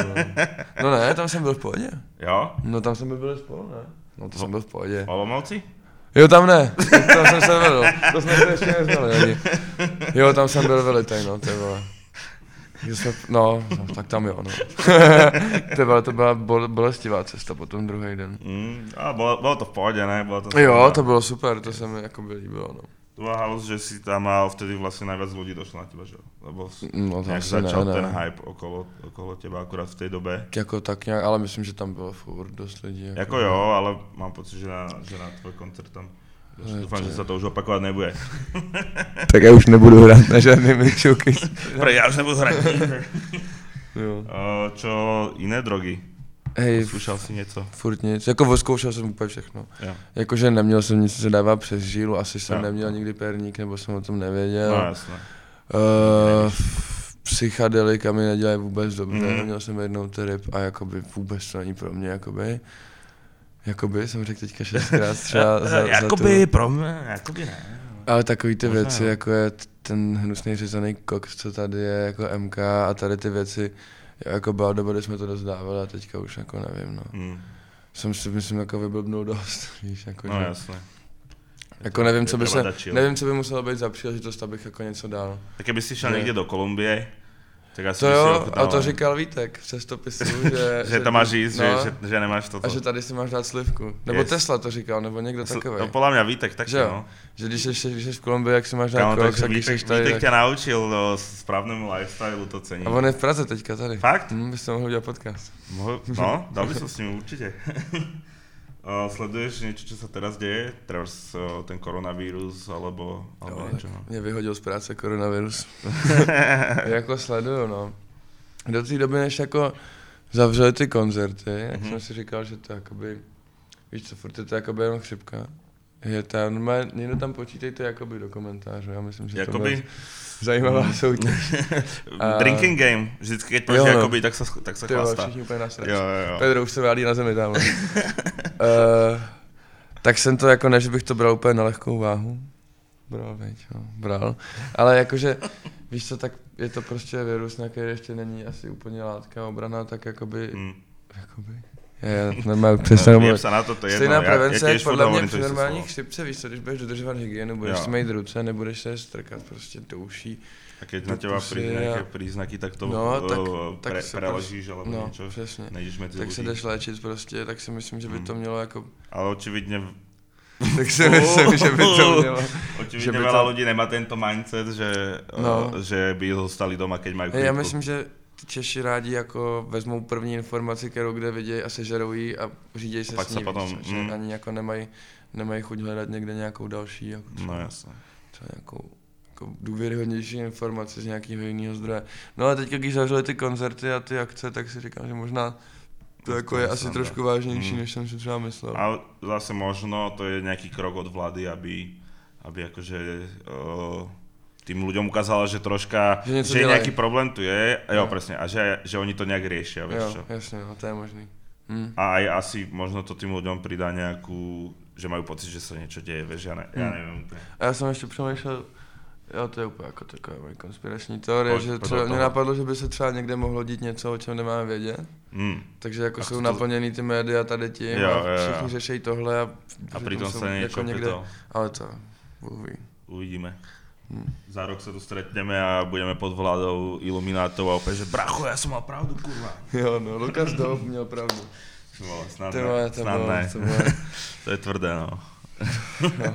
no ne, tam jsem byl v pohodě. Jo? No tam jsme byli spolu, ne? No to no, jsem byl v pohodě. V Olomouci? Jo, tam ne, tam jsem se vylil, to jsme to ještě neznali ani. Jo, tam jsem byl vylitej, no, to bylo. Jsme, no, no, tak tam jo, no. to, byla, to byla bol, bolestivá cesta potom druhý den. Mm, a bylo, bylo to v pohodě, ne? Bylo to jo, super. To bylo super, to se mi jako by líbilo, no. To byla halus, že si tam mal vtedy vlastně najviac ľudí došlo na teba, že? Lebo no, nějak začal ne, ten ne. hype okolo, okolo teba akurát v té době. Jako tak nějak, ale myslím, že tam bylo furt dost lidí. Jako, jako jo, ale mám pocit, že na, že na tvoj koncert tam Doufám, že se to už opakovat nebude. Tak já už nebudu hrát na žádný showcase. Pre, já už nebudu hrát. Jo. O, čo jiné drogy? Hej, zkoušel jsi něco? Furt nic, jako zkoušel jsem úplně všechno. Jo. Jakože neměl jsem nic, co se dává přes žílu, asi jsem jo. neměl nikdy perník, nebo jsem o tom nevěděl. No jasně. Uh, psychadelika mi nedělají vůbec dobře, mm. měl jsem jednou trip a jakoby vůbec to není pro mě, jakoby. Jakoby jsem řekl teďka šestkrát třeba za, jakoby za tu... pro mě, jakoby ne. Ale takový ty Možná, věci, jo. jako je ten hnusný řezaný koks, co tady je, jako M K a tady ty věci, jako byla doba, kdy jsme to dost dávali a teďka už jako nevím, no. Mm. Jsem si myslím jako vyblbnul dost, víš, jako no že... jasně. Jako nevím, co by se, nevím, co by muselo být za příležitost, abych jako něco dal. Tak kdyby jsi šel někde do Kolumbie, tak asi to jo, a to říkal Vítek v cestopisu, že... že to máš říct, no, že, že, že nemáš toto. A že tady si máš dát slivku. Nebo yes. Tesla to říkal, nebo někdo Sl- takový. No podle mě Vítek taky, že, no. Že když jsi, když jsi v Kolumbii, jak si máš dát koks, a když jsi tady... Vítek tě naučil do správnému lifestyleu, to cení. A on je v Praze teďka tady. Fakt? Hm, byste mohl udělat podcast. Mohl, no, dal by se s ním určitě. Uh, sleduješ něco, co se teraz děje? Třeba uh, ten koronavírus, alebo, alebo jo, něco, no? Mě vyhodil z práce koronavirus. Jako sleduju, no. Do té doby, než jako zavřeli ty koncerty, jak mm-hmm. jsem si říkal, že to jakoby, víš co, furt je to jakoby jenom chřipka. Je tam, normálně, někdo tam počítejte jakoby do komentářů, já myslím, že jakoby... to bude zajímavá mm. soutěž. A... Drinking game, vždycky, když máš no. jakoby, tak se, tak se chlastá. Všichni úplně nasrač. Jo, jo, jo. Pedro už se válí na zemi tam. uh, tak jsem to jako, ne, že bych to bral úplně na lehkou váhu. Bral, veď, jo, bral. Ale jakože, víš co, tak je to prostě virus, na který ještě není asi úplně látka obrana, tak jakoby, hmm. jakoby, je, normálně přesně mluvit. Stejná prevence, jak podle mě při normálních chřipce, víš co, když budeš dodržovat hygienu, budeš jo. si mít ruce, nebudeš se strkat prostě do uší. A keď na těba přijde nějaké příznaky, tak to no, tak, pre, tak preložíš, alebo no, něco, přesně. nejdeš mezi Tak se jdeš léčit prostě, tak si myslím, že by to mělo jako... Ale očividně... tak si myslím, že by to mělo... Očividně veľa to... ľudí nemá tento mindset, že, no. uh, že by zostali doma, keď mají chvíľku. Já myslím, že Češi rádi jako vezmou první informaci, kterou kde vidějí a sežerou ji a řídějí se s ní, potom, víc, mm. ani jako nemají, nemají chuť hledat někde nějakou další, jako třeba, no jasně. třeba nějakou jako důvěryhodnější informaci z nějakého jiného zdroje. No a teď, když zavřeli ty koncerty a ty akce, tak si říkám, že možná to jako je asi trošku vážnější, mm. než jsem si třeba myslel. Ale zase možno to je nějaký krok od vlády, aby, aby jakože uh, tým ľuďom ukázala, že troška, že, že nějaký problém tu je, jo, jo. presne, a že, že oni to nějak riešia, vieš jo, čo. jasne, no, to je možný. Mm. A aj asi možno to tým ľuďom pridá nejakú, že majú pocit, že sa niečo deje, vieš, ja, ne, mm. ja neviem. A já jsem ještě přemýšlel, jo, to je úplně jako taková moje konspirační teorie, po, že třeba mě napadlo, že by se třeba někde mohlo dít něco, o čem nemáme vědět. Mm. Takže jako a jsou to... naplněný ty média tady tím jo, a všichni jo. řešejí tohle a, a přitom se něco jako někde, to... ale to, uví. Uvidíme. Hmm. Za rok se tu stretneme a budeme pod vládou iluminátov a opět, že bracho, já jsem mal pravdu, kurva. Jo, no, Lukas Doub měl pravdu. Snad ne, snad ne. To je tvrdé, no. no.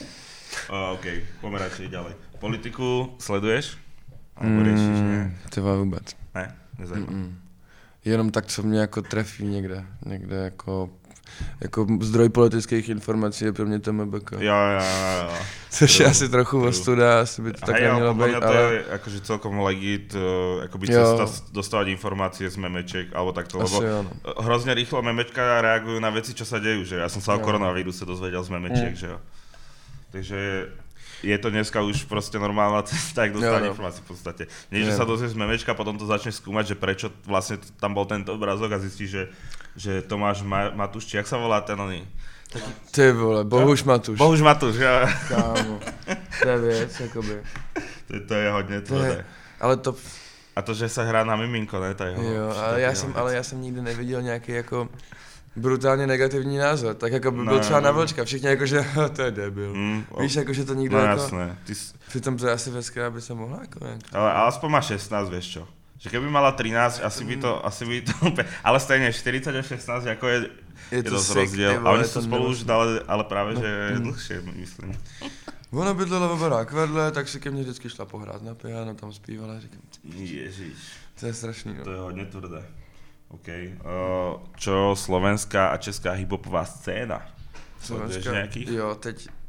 uh, OK, pojďme radši ďalej. Politiku sleduješ? Mm, řešíš, ne? Třeba vůbec. Ne? Nezajímá. Mm-mm. Jenom tak, co mě jako trefí někde. Někde jako... Jako zdroj politických informací je pro mě T M B K. Jo, jo, jo. Což je asi trochu ostuda, asi by to tak nemělo být, ale... to je akože celkom legit, akoby cesta dostávať informácie z memeček, alebo takto, lebo jo, no. Hrozne rýchlo memečka reagujú na veci, čo sa dejú, že ja som sa o koronavíruse dozvedel z memečiek, že jo. Takže je to dneska už prostě normálna cesta, jak dostať informácie v podstate. Nie, že sa dozvieš z memečka, potom to začneš skúmať, že prečo vlastne tam bol tento obrázok a zistíš, že, že Tomáš Matuš, či jak sa volá ten oný? Ty vole, Bohuš Matuš. Bohuš Matuš, jo. Kámo, to je věc, jakoby. To, to je hodně tvrdé. Ale to... A to, že se hrá na miminko, ne? Ta jeho, jo, ale já, jsem, ale já jsem nikdy neviděl nějaký jako brutálně negativní názor, tak jako by byl no, třeba na Vlčka, všichni jako, že to je debil. Mm, víš, jako, že to nikdo no, jako... jasné. Ty jsi... Přitom to je asi věc, která by se mohla jako... jako... Ale aspoň má šestnáct, vieš čo. Že keby mala třináct, asi by to, asi by to úplně... Ale stejně čtyřicet a šestnáct, jako je... Je, je to dost rozdíl. A oni jsou spolu už dali, ale právě, no, že je mm. dlhšie, myslím. Ona bydlela ve barák vedle, tak si ke mně vždycky šla pohrát na piano, tam zpívala, říkám... Ježiš. To je strašný, no. To je hodně tvrdé. OK. Uh, čo slovenská a česká hiphopová scéna? Slovenská, jo, teď,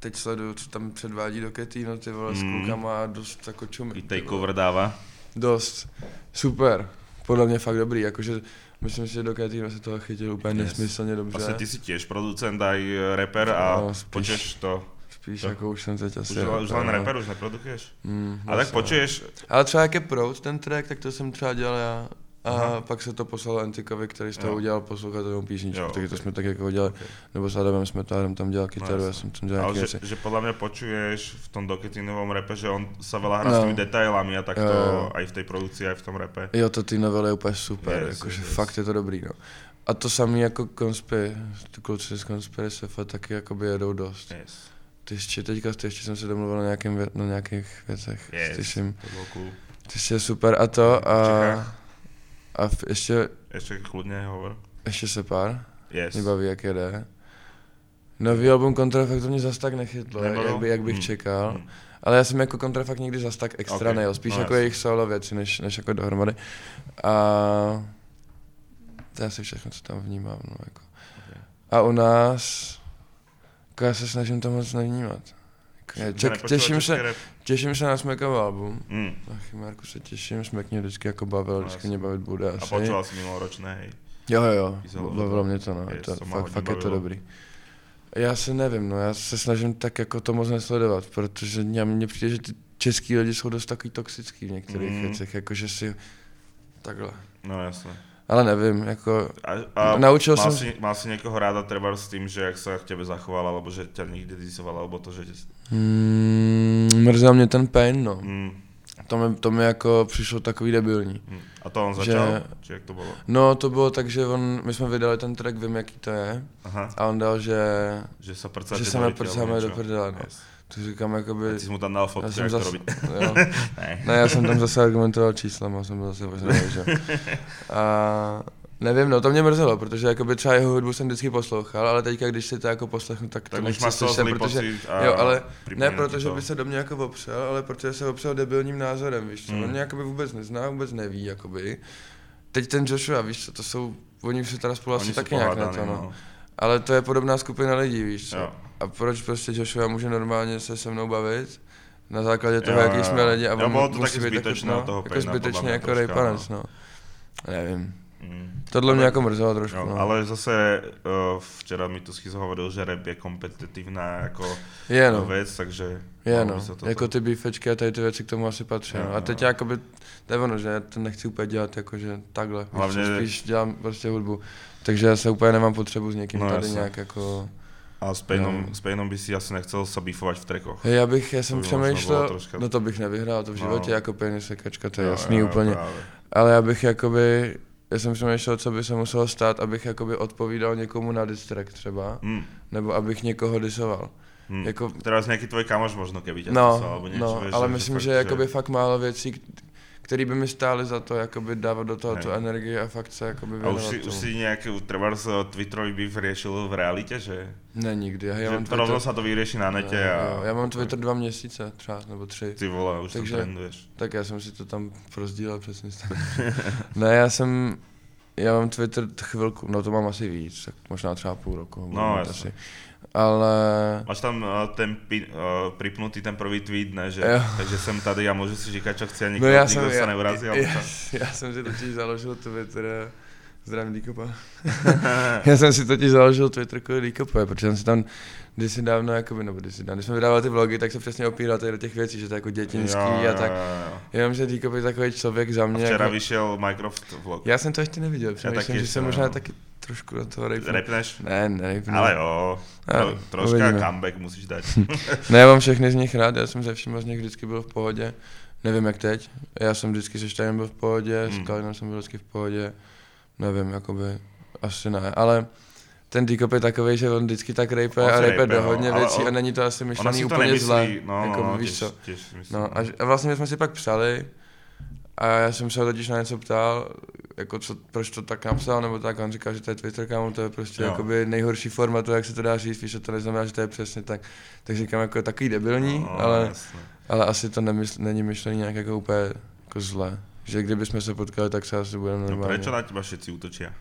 teď sleduju, co tam předvádí do Ketino, ty vole, mm. s klukama a dost jako čumí. I takeover dává? Dost. Super. Podle mě fakt dobrý, jakože myslím si, že do Ketino se toho chytil úplně yes. nesmyslně dobře. Vlastně ty jsi těž producent, aj rapper a no, počuješ to. Spíš to. Jako už jsem teď asi... Už, už len rapper, už neprodukuješ? Mm, a tak počuješ... Ale třeba jak je Proud ten track, tak to jsem třeba dělal já. A aha. pak se to poslalo Antikovi, který z toho jo. udělal poslouchatelnou písničku, jo, takže okay. to jsme tak jako dělali, okay. nebo s Adamem Smetárem tam dělal kytaru, no, já jsem tam dělal ale že, že podľa mňa počuješ v tom Doketinovom rape, že on sa veľa hrá no. s tými detailami a tak to jo. aj v tej produkcii, aj v tom rape. Jo, to ty novely je úplně super, yes, jakože yes. fakt je to dobrý, no. A to samý jako Conspy, ty kluci z Conspiracy taky jakoby jedou dost. Yes. Ty ještě teďka, ty ještě jsem se domluvil na, nějakým, na nějakých věcech, yes, tyším. To bylo cool. Ty jsi super a to a... A v, ještě... Ještě kludně hovor. Ještě se pár. Yes. Mě baví, jak jede. Nový album Kontrafakt to mě zas tak nechytlo, jak, by, jak bych hmm. čekal. Hmm. Ale já jsem jako Kontrafakt nikdy zas tak extra okay. nejel, spíš no, jako jejich solo věci, než, než jako dohromady. A to je asi všechno, co tam vnímám. No, jako. Okay. A u nás, jako já se snažím to moc nevnímat. Ček, těším, se, těším se na Smekovo album. Mm. Na Chimérku se těším, Smek mě vždycky jako bavil, no, vždycky mě bavit bude asi. A počúval jsi minuloročné, hej? Jo, jo, bavilo mě to, no, je, to, fakt, fakt je to dobrý. Já se nevím, no, já se snažím tak jako to moc nesledovat, protože mně přijde, že ty český lidi jsou dost takový toxický v některých mm. věcech, jakože si takhle. No jasně. Ale nevím, jako a, a naučil mal jsem... Si, mal si někoho ráda třeba s tím, že jak se k tebe zachoval, alebo že tě někdy disoval, alebo to, že... Tě... Mm, mrzal mě ten Pain, no. Mm. To mi, to mi jako přišlo takový debilní. Mm. A to on začal? Že... Či jak to bylo? No to bylo tak, že on, my jsme vydali ten track, vím jaký to je. Aha. A on dal, že... Že se prcáte že se prcáme do prdele, no. Yes. To říkám jakoby... A ty jsi mu tam dal fotku, jak zas... to robí. ne. ne, já jsem tam zase argumentoval číslem, jsem byl zase možná, že... A... Nevím, no to mě mrzelo, protože jakoby třeba jeho hudbu jsem vždycky poslouchal, ale teďka, když si to jako poslechnu, tak, tak to nechci slyšet, protože, jo, ale ne protože by se do mě jako opřel, ale protože se opřel debilním názorem, víš co, mm. on mě jakoby vůbec nezná, vůbec neví, jakoby. Teď ten Joshua, víš co, to jsou, oni už se teda spolu asi taky nějak na to, no. no. Ale to je podobná skupina lidí, víš co. Jo. A proč prostě Joshua může normálně se se mnou bavit? Na základě toho, jo, jaký jsme lidi a on musí být zbytečně, no, toho jako zbytečně jako rejpanec, no. Nevím. Mm. Tohle mě jako mrzelo trošku. No, no. Ale zase uh, včera mi tu Schizo hovoril, že rap je kompetitivná jako je, no. věc, takže... Je no, jako ty beefečky a tady ty věci k tomu asi patří. No. A teď no. jakoby, to je ono, že já to nechci úplně dělat jakože takhle, hlavně... spíš dělám prostě hudbu. Takže já se úplně nemám potřebu s někým no, tady jasný. Nějak jako... A s Painom, no. s Painom by si asi nechcel se beefovat v trackoch. Já bych, já jsem přemýšlel, troška... no to bych nevyhrál, to v životě, no. Jako Pain je sekačka, to je no, jasný no, úplně. Právě. Ale já bych jakoby... Já jsem přemýšlel, co by se muselo stát, abych jakoby odpovídal někomu na diss track třeba, mm. nebo abych někoho disoval. Mm. Jako... Teraz nějaký tvoj kamoš možno, keby tě no, disoval, nebo něco, no, víš, ale že myslím, fakt, že je jakoby fakt málo věcí, které by mi stály za to, jakoby dávat do toho tu energii a fakt se jakoby věnovat. A už si, už si nějaký třeba z Twitterový beef řešil v realitě, že? Ne, nikdy. Já že mám Twitter... rovno se to vyřeší na netě ne, a... Jo, já mám Twitter dva měsíce třeba, nebo tři. Ty vole, už takže, tam trenduješ. Tak já jsem si to tam prozdílel přesně. Ne, já jsem... Já mám Twitter chvilku, no to mám asi víc, tak možná třeba půl roku. No asi. Ale... Máš tam uh, ten pi, uh, pripnutý ten prvý tweet, ne, že? Jo. Takže jsem tady a můžu si říkat, čo chci a nikdo, no já nikdo jsem, se já, neurazí. Já, já, já jsem si totiž založil Twitter, zdravím Díkopa. Já jsem si totiž založil Twitter kvůli Díkopovi, protože jsem si tam kdysi dávno, jakoby, nebo kdysi dávno, když jsme vydávali ty vlogy, tak se přesně opíral tady do těch věcí, že to je jako dětinský jo, a tak. Jenom, že Díkop je takový člověk za mě. A včera jako... vyšel Minecraft vlog. Já jsem to ještě neviděl, přemýšlím, že jsem možná taky trošku do toho rejpnu. Rejpneš? Ne, nerejpnu. Ale jo, tro, troška uvidíme. Comeback musíš dát. Ne, já mám všechny z nich rád, já jsem ze všem z nich vždycky byl v pohodě. Nevím jak teď, já jsem vždycky se Steinem byl v pohodě, hmm. s Kalinem jsem byl vždycky v pohodě. Nevím, jakoby, asi ne, ale ten Díkop je takovej, že on vždycky tak rejpe a rejpe do hodně no, věcí on, a není to asi myšlený úplně nemyslí, zle, no, jako no, víš těž, co. Těž no, a, a vlastně my jsme si pak psali a já jsem se ho totiž na něco ptal, jako co, proč to tak napsal, nebo tak, a on říkal, že to je Twitter, kámo, to je prostě jakoby nejhorší forma, to jak se to dá říct, víš, to neznamená, že to je přesně tak, tak říkám, jako takový debilní, no, ale, ale asi to nemysl, není myšlený nějak jako úplně jako zle, že kdybychom se potkali, tak se asi budeme normálně. No prečo na těba všetci útočí?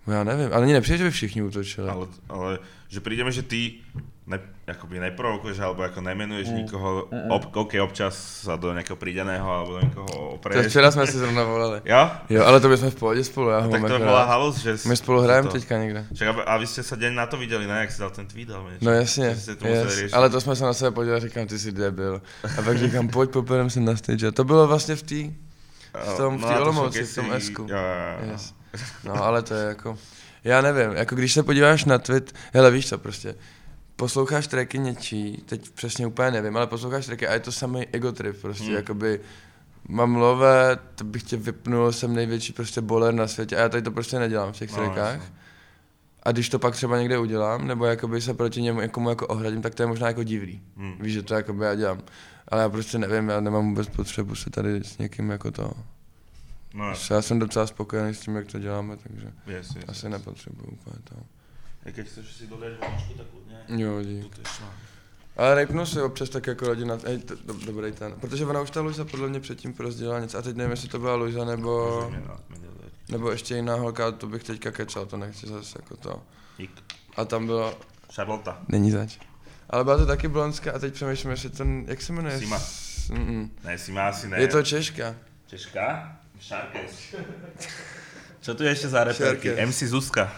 Já nevím, ale nepřijde, že by všichni útočili. Ale, ale že prídeme, že ty ne, akoby neprovokuješ, alebo ako nemenuješ mm. nikoho, ob, ok, občas sa do nejakého prídeného, alebo do niekoho opreješ. To včera jsme si zrovna volali. Jo? Jo, ale to bychom v pohodě spolu, já ho tak to byla halus, že... My spolu hrajeme teďka někde. Čak, a vy jste se den na to viděli, ne? Jak jsi dal ten tweet, ale no jasně, yes. Ale to jsme se na sebe podívali a říkám, ty jsi debil. A pak říkám, pojď, popojedeme se na stage. A to bylo vlastně v té, v tom, v té no, Olomouci, v tom esku. Jo, jo, yes. No ale to je jako, já nevím, jako když se podíváš na tweet, hele víš co prostě, posloucháš tracky něčí, teď přesně úplně nevím, ale posloucháš tracky a je to samý ego trip prostě, hmm. jakoby mám lové, to bych tě vypnul, jsem největší prostě boler na světě a já tady to prostě nedělám v těch trackách. No, a když to pak třeba někde udělám, nebo jakoby se proti němu někomu jako ohradím, tak to je možná jako divný. Hmm. Víš, že to jakoby já dělám. Ale já prostě nevím, já nemám vůbec potřebu se tady s někým jako to... No, já jsem docela spokojený s tím, jak to děláme, takže yes, yes, asi yes. nepotřebuji úplně to. A keď chceš si dodať volačku, tak hodně. Jo, dík. Ale rejpnu si občas tak jako rodina, hej, to, do, dobrý ten, protože ona už ta Luisa podle mě předtím rozdělala něco a teď nevím, jestli to byla Luisa nebo, nebo ještě jiná holka, to bych teďka kečal, to nechci zase jako to. Dík. A tam byla... Charlotte. Není zač. Ale byla to taky blonská a teď přemýšlím, jestli ten, jak se jmenuje? Sima. Mm-mm. Ne, Sima asi ne. Je to Češka. Češka? Šárkes. Co tu je ještě za reperky? em cé Zuzka.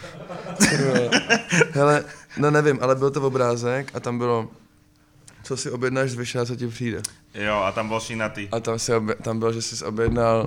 Hele, no nevím, ale byl to obrázek a tam bylo, co si objednáš z Vyša, co ti přijde. Jo, a tam byl šínatý. A tam, si obje, tam bylo, že jsi objednal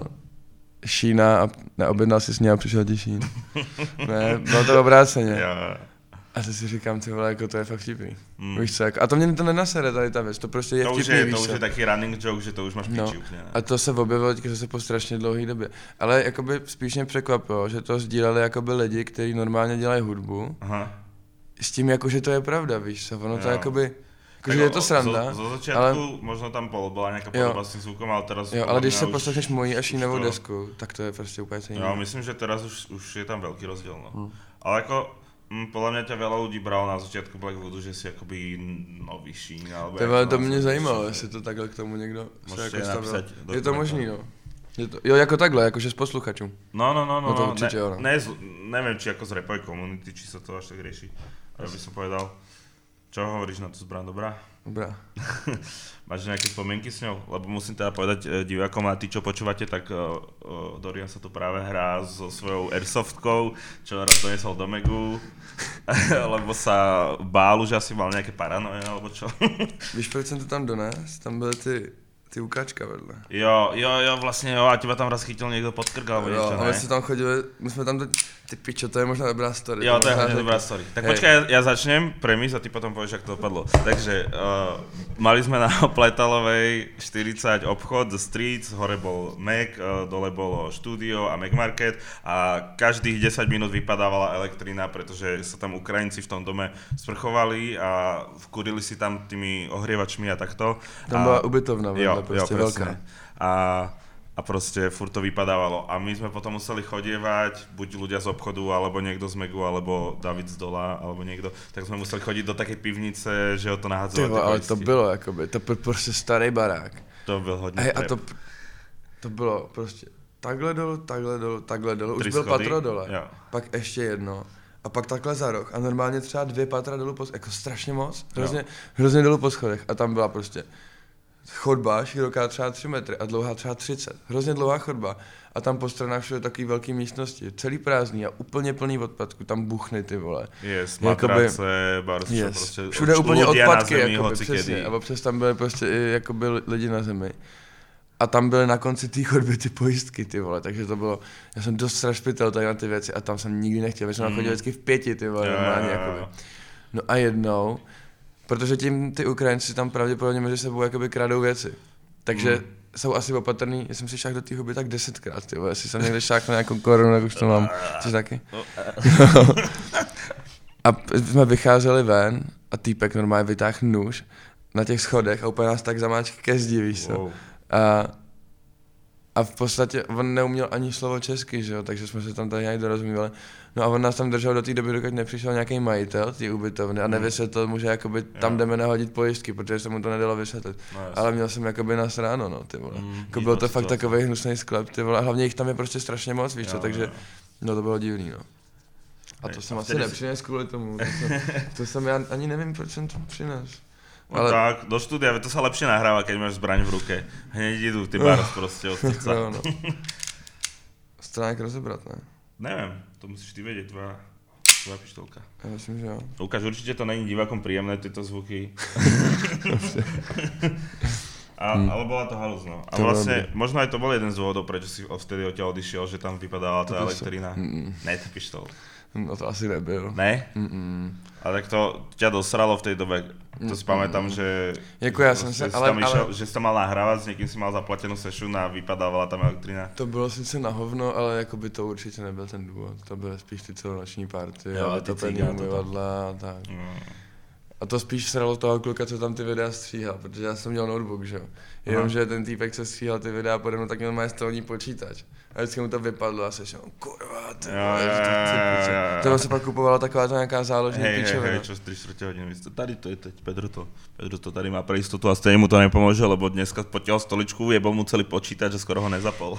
šína a neobjednal jsi s ní a přišel ti šín. Ne, bylo to obráceně. Jo. A to si říkám, ty vole, jako to je fakt vtipný. Mm. Víš co, jako, a to mě to nenasere tady ta věc, to prostě je to vtipný, je, víš to už co? je taky running joke, že to už máš no. piči úplně, ne? A to se objevilo teďka zase po strašně dlouhé době. Ale jakoby spíš mě překvapilo, že to sdíleli jakoby lidi, kteří normálně dělají hudbu. Aha. S tím jako, že to je pravda, víš co, ono jo. to jakoby... Jakože je to sranda, zo, zo začátku ale... možno tam byla nějaká podoba s tím zvukom, ale teraz... Jo, ale když se už, poslechneš moji a šínovou to... desku, tak to je prostě úplně stejný. Jo, myslím, že teraz už, už je tam velký rozdíl, no. Hmm. Ale jako... Mm, podle mě tě veľa lidí bralo na začátku Blackwoodu, že jsi jakoby nový šín, alebo... To, to mě zajímalo, jestli to takhle k tomu někdo se jako stavil. Je to možný, no. Je to, jo, jako takhle, jakože z posluchačů. No, no, no, no, no to určitě, ne, jo, no. ne, nevím, či jako z rapovej komunity, či se to až tak rieši. Ja by som povedal, čo hovoríš na tú zbraň, dobrá? Dobrá. Máš nejaké spomienky s ňou? Lebo musím teda povedať e, divákom a tí, čo počúvate, tak e, e, Dorian sa tu práve hrá so svojou airsoftkou, čo raz donesol do Megu, lebo sa bál už asi mal nejaké paranoje, alebo čo. Víš, proč jsem to tam dones? Tam byly ty, ty ukáčka vedle. Jo, jo, jo, vlastně jo, a těba tam raz chytil někdo pod krk, alebo jo, niečo, ne? Jo, a my jsme tam chodili, my jsme tam, do... ty pičo, to je možná dobrá story. Jo, to je hodně dobrá story. Tak počkej, ja, ja začnem premis a ty potom povieš, jak to dopadlo. Takže, uh, mali sme na Pletalovej štyridsať obchod, The Streets, hore bol Mac, uh, dole bolo štúdio a Mac Market a každých desať minút vypadávala elektrina, pretože sa tam Ukrajinci v tom dome sprchovali a vkurili si tam tými ohrievačmi a takto. Tam a, bola ubytovna, jo, prostě jo, veľká. A a proste furt to vypadávalo. A my sme potom museli chodievať, buď ľudia z obchodu, alebo niekto z Megu, alebo David z Dola, alebo niekto, tak sme museli chodiť do takej pivnice, že ho to nahádzovať. Tyvo, ale to bylo jakoby, to byl prostě starý barák. To byl hodně Hej, a to, to bylo prostě takhle dolů, takhle dolů, takhle dolů, už byl patro dole, jo. Pak ještě jedno. A pak takhle za roh a normálně třeba dvě patra dolů, po, jako strašně moc, hrozně, hrozně dolů po schodech a tam byla prostě chodba široká třeba tři metry a dlouhá třeba třicet. Hrozně dlouhá chodba. A tam po stranách všude takový velký místnosti. Celý prázdný a úplně plný odpadku. Tam buchny, ty vole. Yes, matrace, barstřo, yes. prostě. Všude úplně odpadky, jakoby, přesně. A občas tam byly prostě i jakoby lidi na zemi. A tam byly na konci té chodby ty pojistky, ty vole. Takže to bylo, já jsem dost strašpitel tady na ty věci a tam jsem nikdy nechtěl. My jsme mm. chodili vždycky v pěti, ty vole, normálně, jakoby. No a jednou, protože tím ty Ukrajinci tam pravděpodobně mezi sebou jakoby kradou věci. Takže mm. jsou asi opatrný, já jsem si šáhl do té huby tak desetkrát, tyvo, jestli jsem někde šáhl na nějakou korunu, tak už to mám. Ty taky? A jsme vycházeli ven a týpek normálně vytáhl nůž na těch schodech a úplně nás tak zamáčk ke zdi, víš co. Wow. A, a v podstatě on neuměl ani slovo česky, že jo, takže jsme se tam tady nějak dorozumívali. No a on nás tam držel do té doby, dokud nepřišel nějaký majitel té ubytovny a nevysvětlil mu, že jakoby tam jdeme nahodit pojistky, protože se mu to nedalo vysvětlit. No, ale měl jsem jakoby nasráno, no, ty vole. Mm, jako byl to fakt takový hnusný sklep, ty vole, a hlavně jich tam je prostě strašně moc, víš co, takže no to bylo divný, no. A to jsem a asi nepřines kvůli tomu. To jsem, to jsem já ani nevím, proč jsem to přines. No ale... tak, do štúdia, to sa lepšie nahráva, keď máš zbraň v ruke. Hneď idú ty bars proste od srdca. No, no. Stránek rozebrat, ne? Neviem, to musíš ty vedieť, tvoja, tvoja pištolka. Ja myslím, že jo. Ukáž, určite to není divákom príjemné, tieto zvuky. A, hmm. Ale bola to halus, no. A to vlastne, dobrý. Možno aj to bol jeden z dôvodov, prečo si vtedy odtiaľ odišiel, že tam vypadala tá elektrina. Mm. Ne, tá pištol. No to asi nebyl. Ne? Mm-mm. Ale tak to ťa dosralo v tej dobe. To si pamätám, že... Jako já jsem se, ale, išiel, ale... že si tam mal nahrávat, s někým si mal zaplatenú session a vypadávala tam elektrina. To bylo sice na hovno, ale jako by to určitě nebyl ten důvod. To byly spíš ty celonoční party a vytopení umyvadla a tak. Mm. A to spíš sralo toho kluka, co tam ty videa stříhal, protože já jsem měl notebook, že jo. Jenomže ten týpek, co stříhal ty videa pode mnou, tak měl má stolní počítač. A vždycky mu to vypadlo a sešel, kurva, ty vole, to se pak kupovala taková ta nějaká záložní pičovina. Hej, hej, čo z tri štvrte hodiny, vy ste, tady to je teď, Pedro to, Pedro to tady má pre istotu a stejne mu to nepomôže, lebo dneska potiaľ stoličku, jebol mu celý počítač a skoro ho nezapol.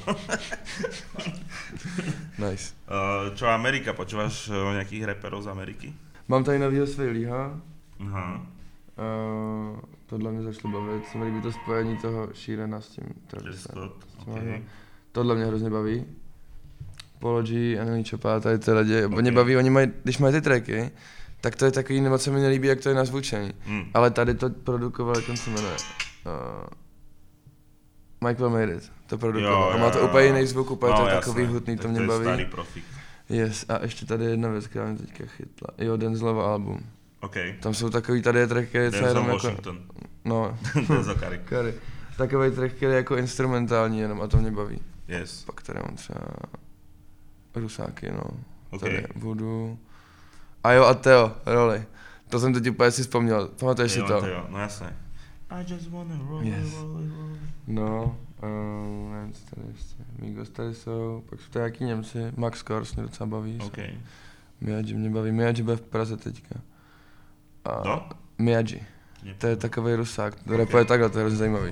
Nice. Uh, čo Amerika, počúvaš o nejakých reperov z Ameriky? Mám tady novýho Svejlíha. Aha. Uh, tohle mě začalo bavit, se mi líbí to spojení toho Sheerana s tím Travisem. Okay. Tohle mě hrozně baví. Polo G, Anthony Choppa, tady ty lidi, okay. Mě baví, oni mají, když mají ty tracky, tak to je takový, nebo se mi nelíbí, jak to je nazvučený. Mm. Ale tady to produkoval, jak on se jmenuje. Uh, Michael Made It, to produkoval. A má to úplně jiný zvuk, úplně no, to je takový hutný, to mě to baví. Starý profík. Yes, a ještě tady jedna věc, která mě teďka chytla. Jo, Denzelova album. Okay. Tam jsou takový tady tracky, co jenom jako... No. Denzel Curry. Curry. Takový track, který je jako instrumentální jenom a to mě baví. Yes. Pak tady mám třeba Rusáky, no. Okay. Tady budu... A jo, a Teo, roli. To jsem teď úplně si vzpomněl. Pamatuješ si to? Teo, no jasně. I just wanna roll, yes. roll, roll. No, um, nevím, co tady ještě. Migos tady jsou, pak jsou tady nějaký Němci. Max Kors mě docela baví. Okay. Miyagi mě baví, Miyagi bude v Praze teďka. A no? Miyagi. To je takový Rusák, okay. Rapuje takhle, to je hrozně zajímavý.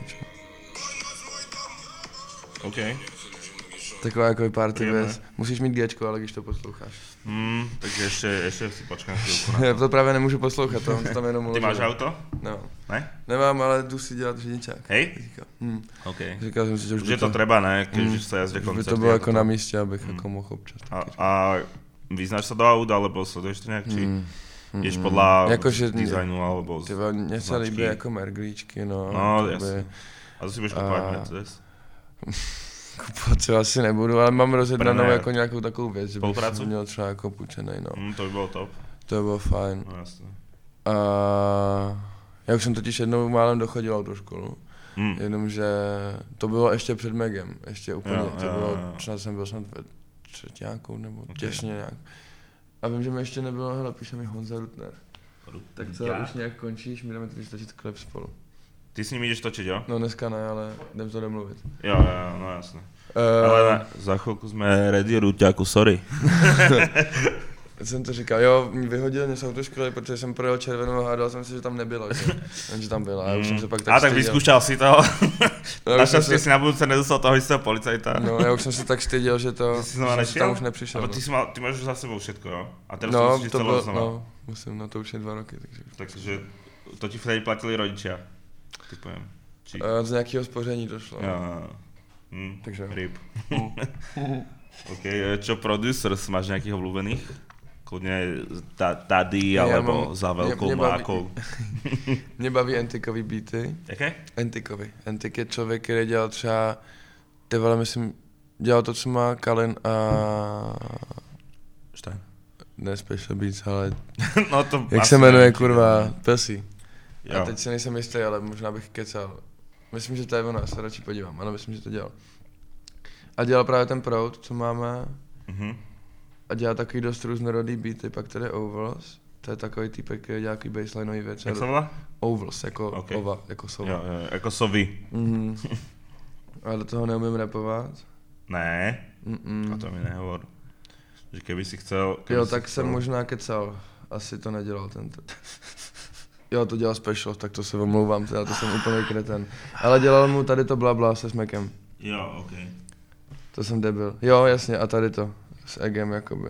OK. Taková jako party věc. Musíš mít Gčko, ale když to posloucháš. Hmm, takže ještě, ještě si počkám chvilku. Já to právě nemůžu poslouchat, to tam jenom uložil. Ty máš auto? No. Ne? Nemám, ale jdu si dělat řidičák. Hej? Hmm. OK. Říkal jsem si, že už, už je to, to třeba, ne? Když hmm. se jazdě koncerty. By to bylo jako to... na místě, abych hmm. jako mohl občas. A, a vyznáš se do aut, alebo sleduješ to nějak, či hmm. jdeš podle jako, designu, alebo z tyba, mně se líbí jako merglíčky, no. No, jasně. A to si budeš kupovat Mercedes? Kupovat třeba asi nebudu, ale mám rozjednanou jako nějakou takovou věc, že bych měl třeba jako půjčenej, no. Mm, to by bylo top. To by bylo fajn. No jasně. A já už jsem totiž jednou málem dochodil autoškolu, mm. jenomže to bylo ještě před Megem, ještě úplně, jo, to jo, bylo, jo. Snad jsem byl snad ve třetíku nebo okay. těsně nějak. A vím, že mi ještě nebylo, hele, píše mi Honza Rutner. Rutner. Tak co, já? Už nějak končíš, my jdeme teď točit klip spolu. Ty s ním jdeš točit, jo? No dneska ne, ale jdem to domluvit. Jo, jo, no jasně. Uh, ale ne, za chvilku jsme ready, Ruťáku, sorry. Jsem to říkal, jo, vyhodil mě z autoškoly, protože jsem projel červenou a hádal jsem si, že tam nebylo, že, že tam byla, já už jsem se pak tak A tak vyzkoušel si to, no, naštěstí se... si na budouce nedostal toho jistého policajta. No, já už jsem se tak styděl, že to, že tam už nepřišel. A ty, mal, ty máš za sebou všetko, jo? A teraz no, musíš celou znova. No, musím, no to už je dva roky, takže... Takže to ti vtedy platili rodičia, typujem. Či... Uh, z nějakého spoření to šlo. Jo, hm, takže rip. OK, čo producers, máš nějakých obľúbených? Kudně tady, alebo mám, za velkou mě, mě mlákou. Baví, mě baví Antikový beaty. Jaké? Antikový. Antik je člověk, který dělal třeba, ty vole, myslím, dělal to, co má Kalin a... Stein. Ne Special Beats, ale... no to jak se jmenuje, kurva, Pelsi. A teď si nejsem jistý, ale možná bych kecal. Myslím, že to je ono, já se radši podívám, ale myslím, že to dělal. A dělal právě ten Proud, co máme. Mhm. A dělá takový dost různorodý beaty, pak tady Ovals, to je takový týpek, který dělá takový basslineový věc. Jak se volá? Ovals, jako okay. ova, jako sova. Jo, jo, jako sovy. Mhm. Ale do toho neumím rapovat. Ne, Mm-mm. a to mi nehovor. Že keby si chcel... Keby jo, si tak chcel... jsem možná kecal, asi to nedělal tento. Jo, to dělal Special, tak to se omlouvám, teda to jsem úplně kreten. Ale dělal mu tady to blabla se Smekem. Jo, ok. To jsem debil. Jo, jasně, a tady to. S Egem, jakoby.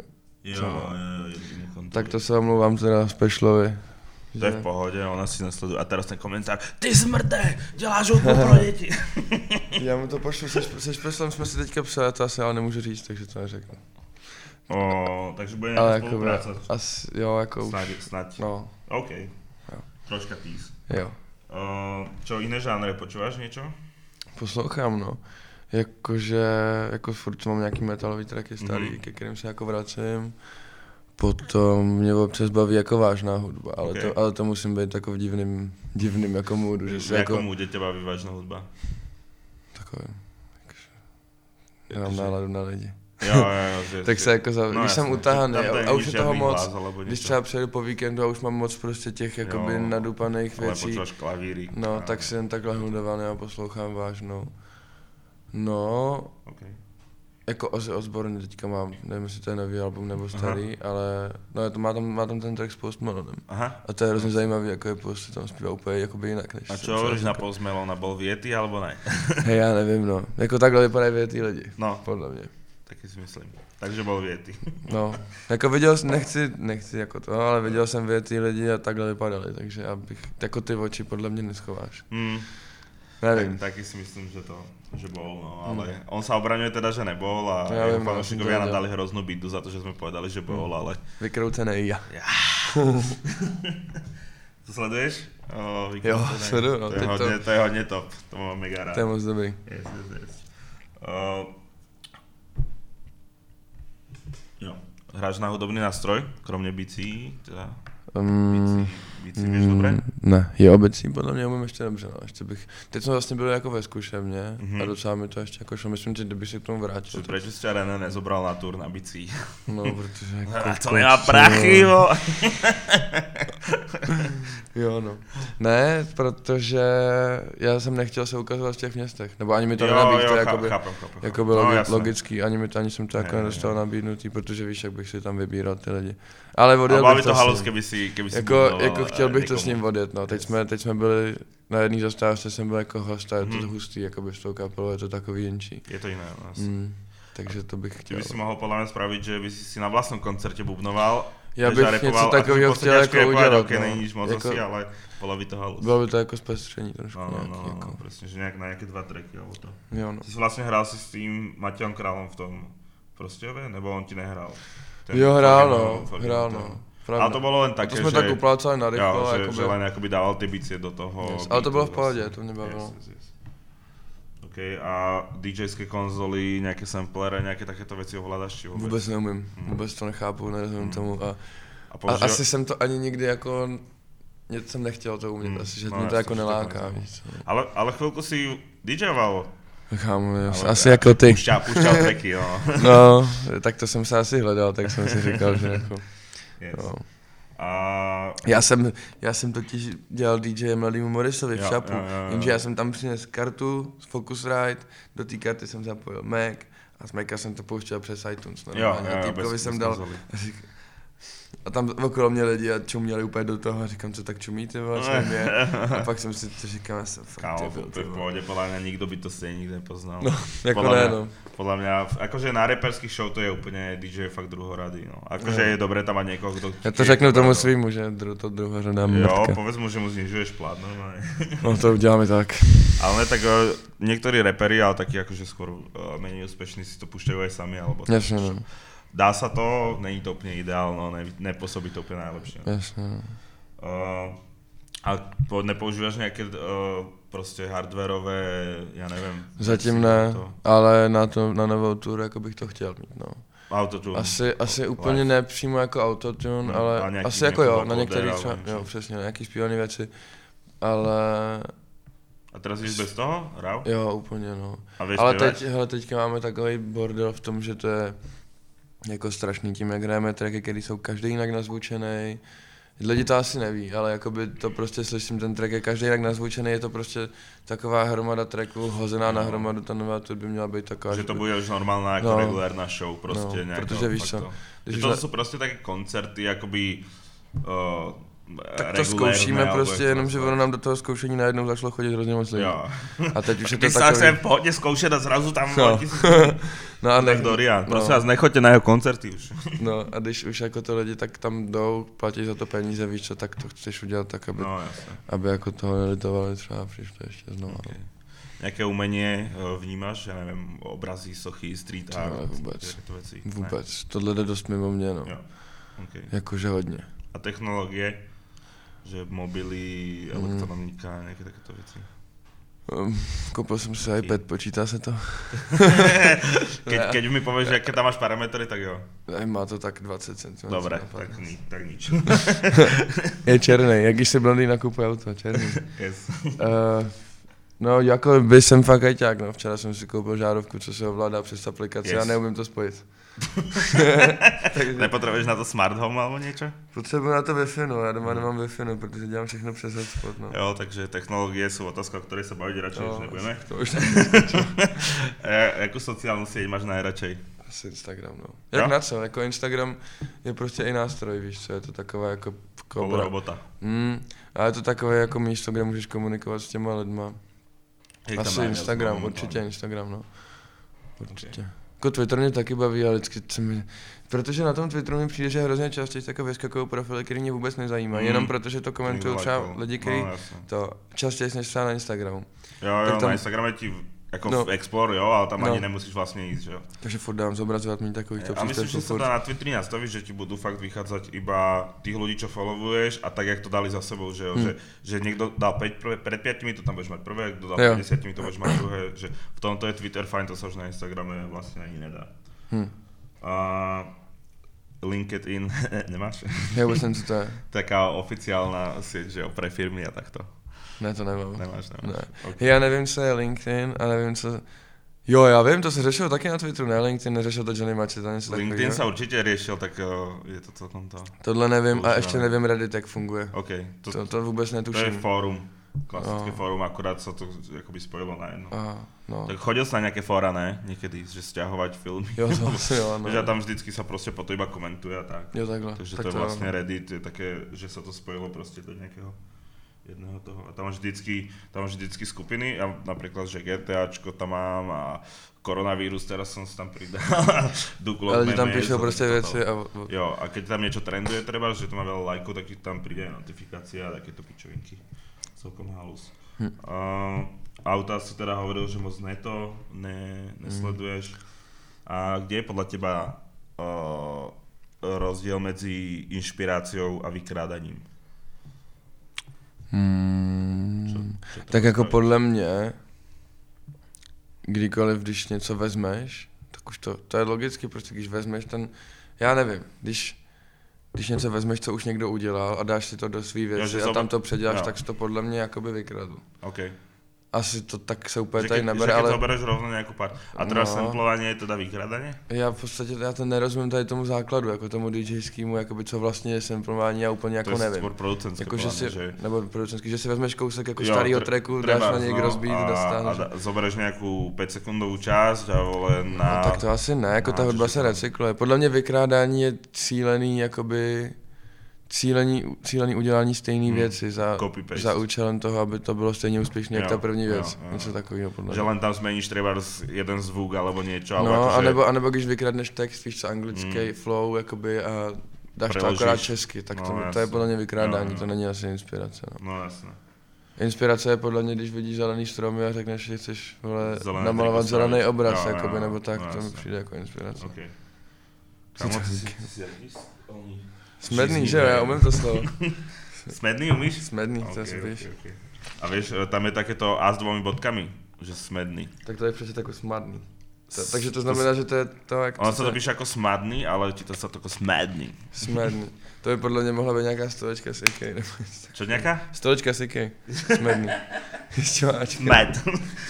Jo, jo, jo, tak to se omlouvám teda Specialovi. To je v pohodě, ona si nesleduje. A teraz ten komentář, ty smrde, děláš hudbu pro děti. Já mu to pošlu, se Specialem jsme si teďka psali, to asi ale nemůžu říct, takže to neřeknu. O, takže bude nějaká spolupráce. Asi, jo, jako snad, snad. No. OK. Jo. Troška tease. Jo. O, čo iné žánry, počúvaš niečo? Poslouchám, no. Jakože, jako furt mám nějaký metalový tracky starý, mm-hmm. ke kterým se jako vracím. Potom mě občas baví jako vážná hudba, ale, okay. to, ale to musím být jako v divným, divným jako můdu. Že se v jakom jako... můdě tě baví vážná hudba? Takovým. Já mám náladu na lidi. Jo, jo, jo, že, tak se jako, za... no, když jasný, jsem utahaný a už je toho moc, hlas, když třeba přijedu po víkendu a už mám moc prostě těch jakoby jo, nadupaných věcí, klavíry, no, tak si jen takhle hludovaný a poslouchám vážnou. No, okay. Jako Ozzy Osbourne teďka mám, nevím, jestli to je nový album nebo starý, aha. ale no, to má, tam, má tam ten track s Post Malonem. Aha. A to je hrozně zajímavý, jako je Post, tam zpívá úplně jakoby jinak než... A čo hovoríš na Post Malona, bol věty alebo ne? Hej, já nevím, no. Jako takhle vypadají věty lidi, no. Podle mě. Taky si myslím. Takže bol věty. No, jako viděl jsem, nechci, nechci jako to, ale viděl jsem věty lidi a takhle vypadaly, takže abych, jako ty oči podle mě neschováš. Hmm. Nevím. Tak, taky si myslím, že to, že bol, no, ale hmm. on sa obraňuje teda, že nebol a ja jeho fanúšikovia nám dali hroznú bitu za to, že sme povedali, že bol, hmm. ale... Vykroucený ja. ja. To sleduješ? O, jo, sleduju, no. To je, hodně, to... to je hodně top, to mám mega rád. To je moc dobrý. Yes, yes, yes. Uh, jo. Hráš na hudobný nástroj, kromě bicí, teda? Um, Bicí, bicí víš dobré? Ne, jo, bicí podle mě umím ještě dobře, no. Ještě bych, teď jsem vlastně byl jako ve zkušebně mm-hmm. a docela mi to ještě jako šlo, myslím, že kdyby se k tomu vrátil. Tak... Proč jsi René nezobral na tur na bicí? No, protože jako... to nemá prachy, jo. Jo, no. Ne, protože já jsem nechtěl se ukazovat v těch městech, nebo ani mi to jo, nenabídli, jo, jako by, chápem, chápem. jako bylo no, logický, ani mi to, ani jsem to jako nedostal nabídnutý, protože víš, jak bych si tam vybíral ty lidi. Ale odjel bych to halus, keby si, keby si jako, budoval, jako chtěl bych někomu. To s ním odjet, no. Teď jsme, teď jsme byli na jedné zastávce, jsem byl jako host a je to hmm. hustý, jakoby s tou kapelou, je to takový jinčí. Je to jiné u nás. Mm, takže to bych chtěl. Ty by si mohl podle mě spravit, že by si si na vlastnom koncertě bubnoval, já bych něco takového chtěl jako udělat, okay, no. Není nič moc jako, asi, ale bylo by to halus. Bylo by to jako zpestření trošku no, no, nějaký, no, jako. No, presne, že nejak na nejaké dva tracky alebo to. Jo, no. Ty si vlastne hral si s tým Maťom Králom v tom Prostějově, nebo on ti nehral? Ten jo, hrál no, hrál no. Ale to bylo len také, že... To jsme tak uplácali na rychlo. Jo, že, jakoby... že len jakoby dával ty bicie do toho. Yes, ale to bylo v pohodě, to mě bavilo. Yes, yes, yes. OK, a DJské konzoly, nějaké samplery, nějaké takéto věci ovládáš či vůbec? Vůbec neumím, hmm. vůbec to nechápu, nerozumím hmm. tomu a, a, použil... a asi jsem to ani nikdy jako, něco jsem nechtěl to umět, hmm. asi, že no, mě to jako neláká, víš. Ale, ale chvilku si DJoval. Chámo, asi jako ty. Pušťal, pušťal tracky, jo. No, tak to jsem se asi hledal, tak jsem si říkal, že jako... Yes. No. A... Já jsem, já jsem totiž dělal D J mladýmu Morisovi v jo, Šapu, jo, jo, jo. Jenže já jsem tam přinesl kartu z Focusrite, do té karty jsem zapojil Mac a z Maca jsem to pouštěl přes iTunes. Jo, jo, a týpkovi jsem dal... A tam okolo mě lidi a čuměli úplně do toho a říkám, co tak čumíte vlastně mě. A pak jsem si to říkal, já jsem fakt Kámo, to je v pohodě, podľa mňa nikdo by to stejně nikdy nepoznal. No, jako podľa ne, mňa, no. Podľa mňa, akože na reperských show to je úplně D J fakt druhorady, no. Akože no. Je dobré tam mať někoho, kdo... Já to řeknu tomu svýmu, že to druhořadá mrtka. Jo, povedz mu, že mu znižuješ plat, normálně. No to uděláme tak. Ale ne, tak niektorí reperi, ale taky akože skôr uh, menej úspešní si to púšťajú aj sami, alebo... Jasne, no. Dá sa to, není to úplně ideálno, ne, nepůsobí to úplně najlepšie. Jasne. Uh, a po, nepoužíváš nějaké uh, prostě hardwareové, já nevím. Zatím ne, to. Ale na to na novou tour jako bych to chtěl mít, no. Autotune. Asi, asi úplně ne přímo jako autotune, no, ale asi jako jo, na některých třeba, jo, přesně, na nějaký zpívaný věci, ale... A teraz jsi bez toho, raw? Jo, úplně, no. Ale teď, hele, teďka máme takový bordel v tom, že to je jako strašný tím, jak hrajeme tracky, který jsou každý jinak nazvučený. Lidi to asi neví, ale jakoby to prostě slyším, ten track je každý jinak nazvučený, je to prostě taková hromada tracků hozená no. na hromadu, ta nová tour by měla být taková. Že to bude už normálna jako no. regulárna show, prostě no, nějaká. Protože víš co. To, to jsou prostě také koncerty, jakoby uh, tak to zkoušíme prostě, jenom že ono nám do toho zkoušení najednou začalo chodit hrozně moc lidí. A teď už je to takový... jsem pohodně zkoušet a zrazu tam no. no a tak Dorian, prosím no. vás, nechoďte na jeho koncerty už. no a když už jako to lidi tak tam jdou, platí za to peníze, víš co, tak to chceš udělat tak, aby, no, aby jako toho nelitovali třeba přišli ještě znovu. Okay. Nějaké umění vnímáš, já nevím, obrazy, sochy, street art, no, vůbec, vůbec, ne? Tohle jde dost mimo mě, no. Jo. Okay. Jakože hodně. A technologie, že mobily, elektronika, mm. nějaké takéto věci? Um, koupil jsem si iPad, počítá se to? keď, keď mi povieš, že jaké tam máš parametry, tak jo. Ne, má to tak dvacet centimetrů. Dobre, tak, ni, tak nič. Je černý, jak když se blondý nakupuje auto, černý. Yes. Uh, no jako by jsem fakt ajťák, no. Včera jsem si koupil žárovku, co se ovládá přes aplikaci, yes. Já neumím to spojit. Takže... Nepotřebuješ na to smart home alebo něco? Potřebuji na to Wi-Fi, no, já doma nemám Wi-Fi, no, protože dělám všechno přes hotspot, no. Jo, takže technologie jsou otázka, o které se bavit radši, no, už nebudeme. To už Jakou sociální síť máš nejradšej? Asi Instagram, no. Jak jo? Na co, jako Instagram je prostě i nástroj, víš co, je to taková jako... Kolo robota. Mm, ale je to takové jako místo, kde můžeš komunikovat s těma lidma. Jak Asi Instagram, no, určitě no. Instagram, no. Určitě. Okay. Jako Twitter mě taky baví, ale vždycky se mi... Protože na tom Twitteru mi přijde, že hrozně častěji takové vyskakují profily, které mě vůbec nezajímají, mm. jenom protože to komentují třeba lidi, kteří no, to častěji než třeba na Instagramu. Jo, jo, tam... na Instagramu ti jako no. v Explore, jo, ale tam no. ani nemusíš vlastně jít, že jo. Takže furt dám zobrazovat mi takových to a myslím, že sa to na Twitteri nastavíš, že ti budú fakt vychádzať iba tých ľudí, čo followuješ a tak, jak to dali za sebou, že jo, hmm. že, že niekto dal päť prvé, pred piatimi, to tam budeš mať prvé, kto dal pred desiatimi, to budeš mať druhé, že v tomto je Twitter fajn, to sa už na Instagrame vlastne ani nedá. Hmm. A LinkedIn nemáš? Ja vôbec neviem, co to je. Taká oficiálna sieť, že jo, pre firmy a takto. Ne, to nemám. Nemáš, nemáš. Ne. Okay. Já nevím, co je LinkedIn a nevím, co... Jo, já vím, to se řešilo taky na Twitteru, ne LinkedIn, neřešil to Johnny Machi, to něco LinkedIn takového. Se určitě řešil, tak je to celkom to. Tohle nevím to a ještě nevím. nevím Reddit, jak funguje. Okay, to, to, to vůbec netuším. To je fórum, klasické no. fórum, akorát se to jakoby spojilo na jedno. Aha, no. Tak chodil jsi na nějaké fóra, ne? Někdy, že stěhovat filmy. Jo, to asi jo, no. Že tam vždycky se prostě po to iba komentuje a tak. Jo, takhle. Takže tak to je to vlastně jo. Reddit, je také, že se to spojilo prostě do nějakého jedného toho. A tam máš vždycky, tam máš vždycky skupiny, ja napríklad, že GTAčko tam mám a koronavírus, teraz som si tam pridal. Ale ti tam píšou prostě věci. A... Jo, a keď tam niečo trenduje treba, že to má veľa lajkov, tak ti tam príde notifikácia a takéto pičovinky. Celkom halus. Hm. Uh, auta si teda hovoril, že moc neto, ne, nesleduješ. Hm. A kde je podľa teba uh, rozdiel medzi inšpiráciou a vykrádaním? Hmm, čo, čo tak jako podle mě, kdykoliv, když něco vezmeš, tak už to, to je logicky, prostě když vezmeš ten, já nevím, když, když něco vezmeš, co už někdo udělal a dáš si to do svý věci jo, a tam to předěláš, jo. tak to podle mě jakoby vykradl. Okay. Asi to tak se úplně že tady ke, nebere, že ale... Že keď bereš rovno nějakou pár. A teda no. samplování je teda vykradanie? Já v podstatě já to nerozumím tady tomu základu, jako tomu DJskému, jakoby co vlastně je samplování, já úplně jako nevím. To je producentské jako, že si, že... Nebo producentský, že si vezmeš kousek jako jo, starýho tracku, dáš na něj rozbeat, no, dostáhneš. A, a zobereš nějakou pět sekundovou část a vole na... No, tak to asi ne, jako ta hudba se recykluje. Podle mě vykrádání je cílený, jakoby... Cílený, cílený udělání stejné hmm. věci za, za účelem toho, aby to bylo stejně úspěšné jak ta první věc. Jo, jo. Něco takového podle. Že len tam zmeníš třeba jeden zvuk alebo něco. No, jako, anebo, že... anebo když vykradneš text, víš co, anglický hmm. flow, jakoby, a dáš Preložíš. to akorát česky, tak to, no, to je podle mě vykrádání, jo, jo. to není asi inspirace. No, no jasně. Inspirace je podle mě, když vidíš zelený stromy a řekneš, že chceš vole, namalovat zelený obraz, jo, jakoby, jo, nebo tak, no, to mi přijde jako inspirace. Okay. Kamo, ty jsi Smedný, že jo, já umím to slovo. Smedný umíš? Smedný, okay, to si víš. Okay, okay. A víš, tam je takéto A s dvomi bodkami, že smedný. Tak to je přece jako smadný. To, takže to znamená, že to je to, jak... Ono se to píše jako smadný, ale ti to se to jako smedný. Smedný. To by podle mě mohla být nějaká stolečka s I K. Co nějaká? Stolečka s I K. Smedný. Smed.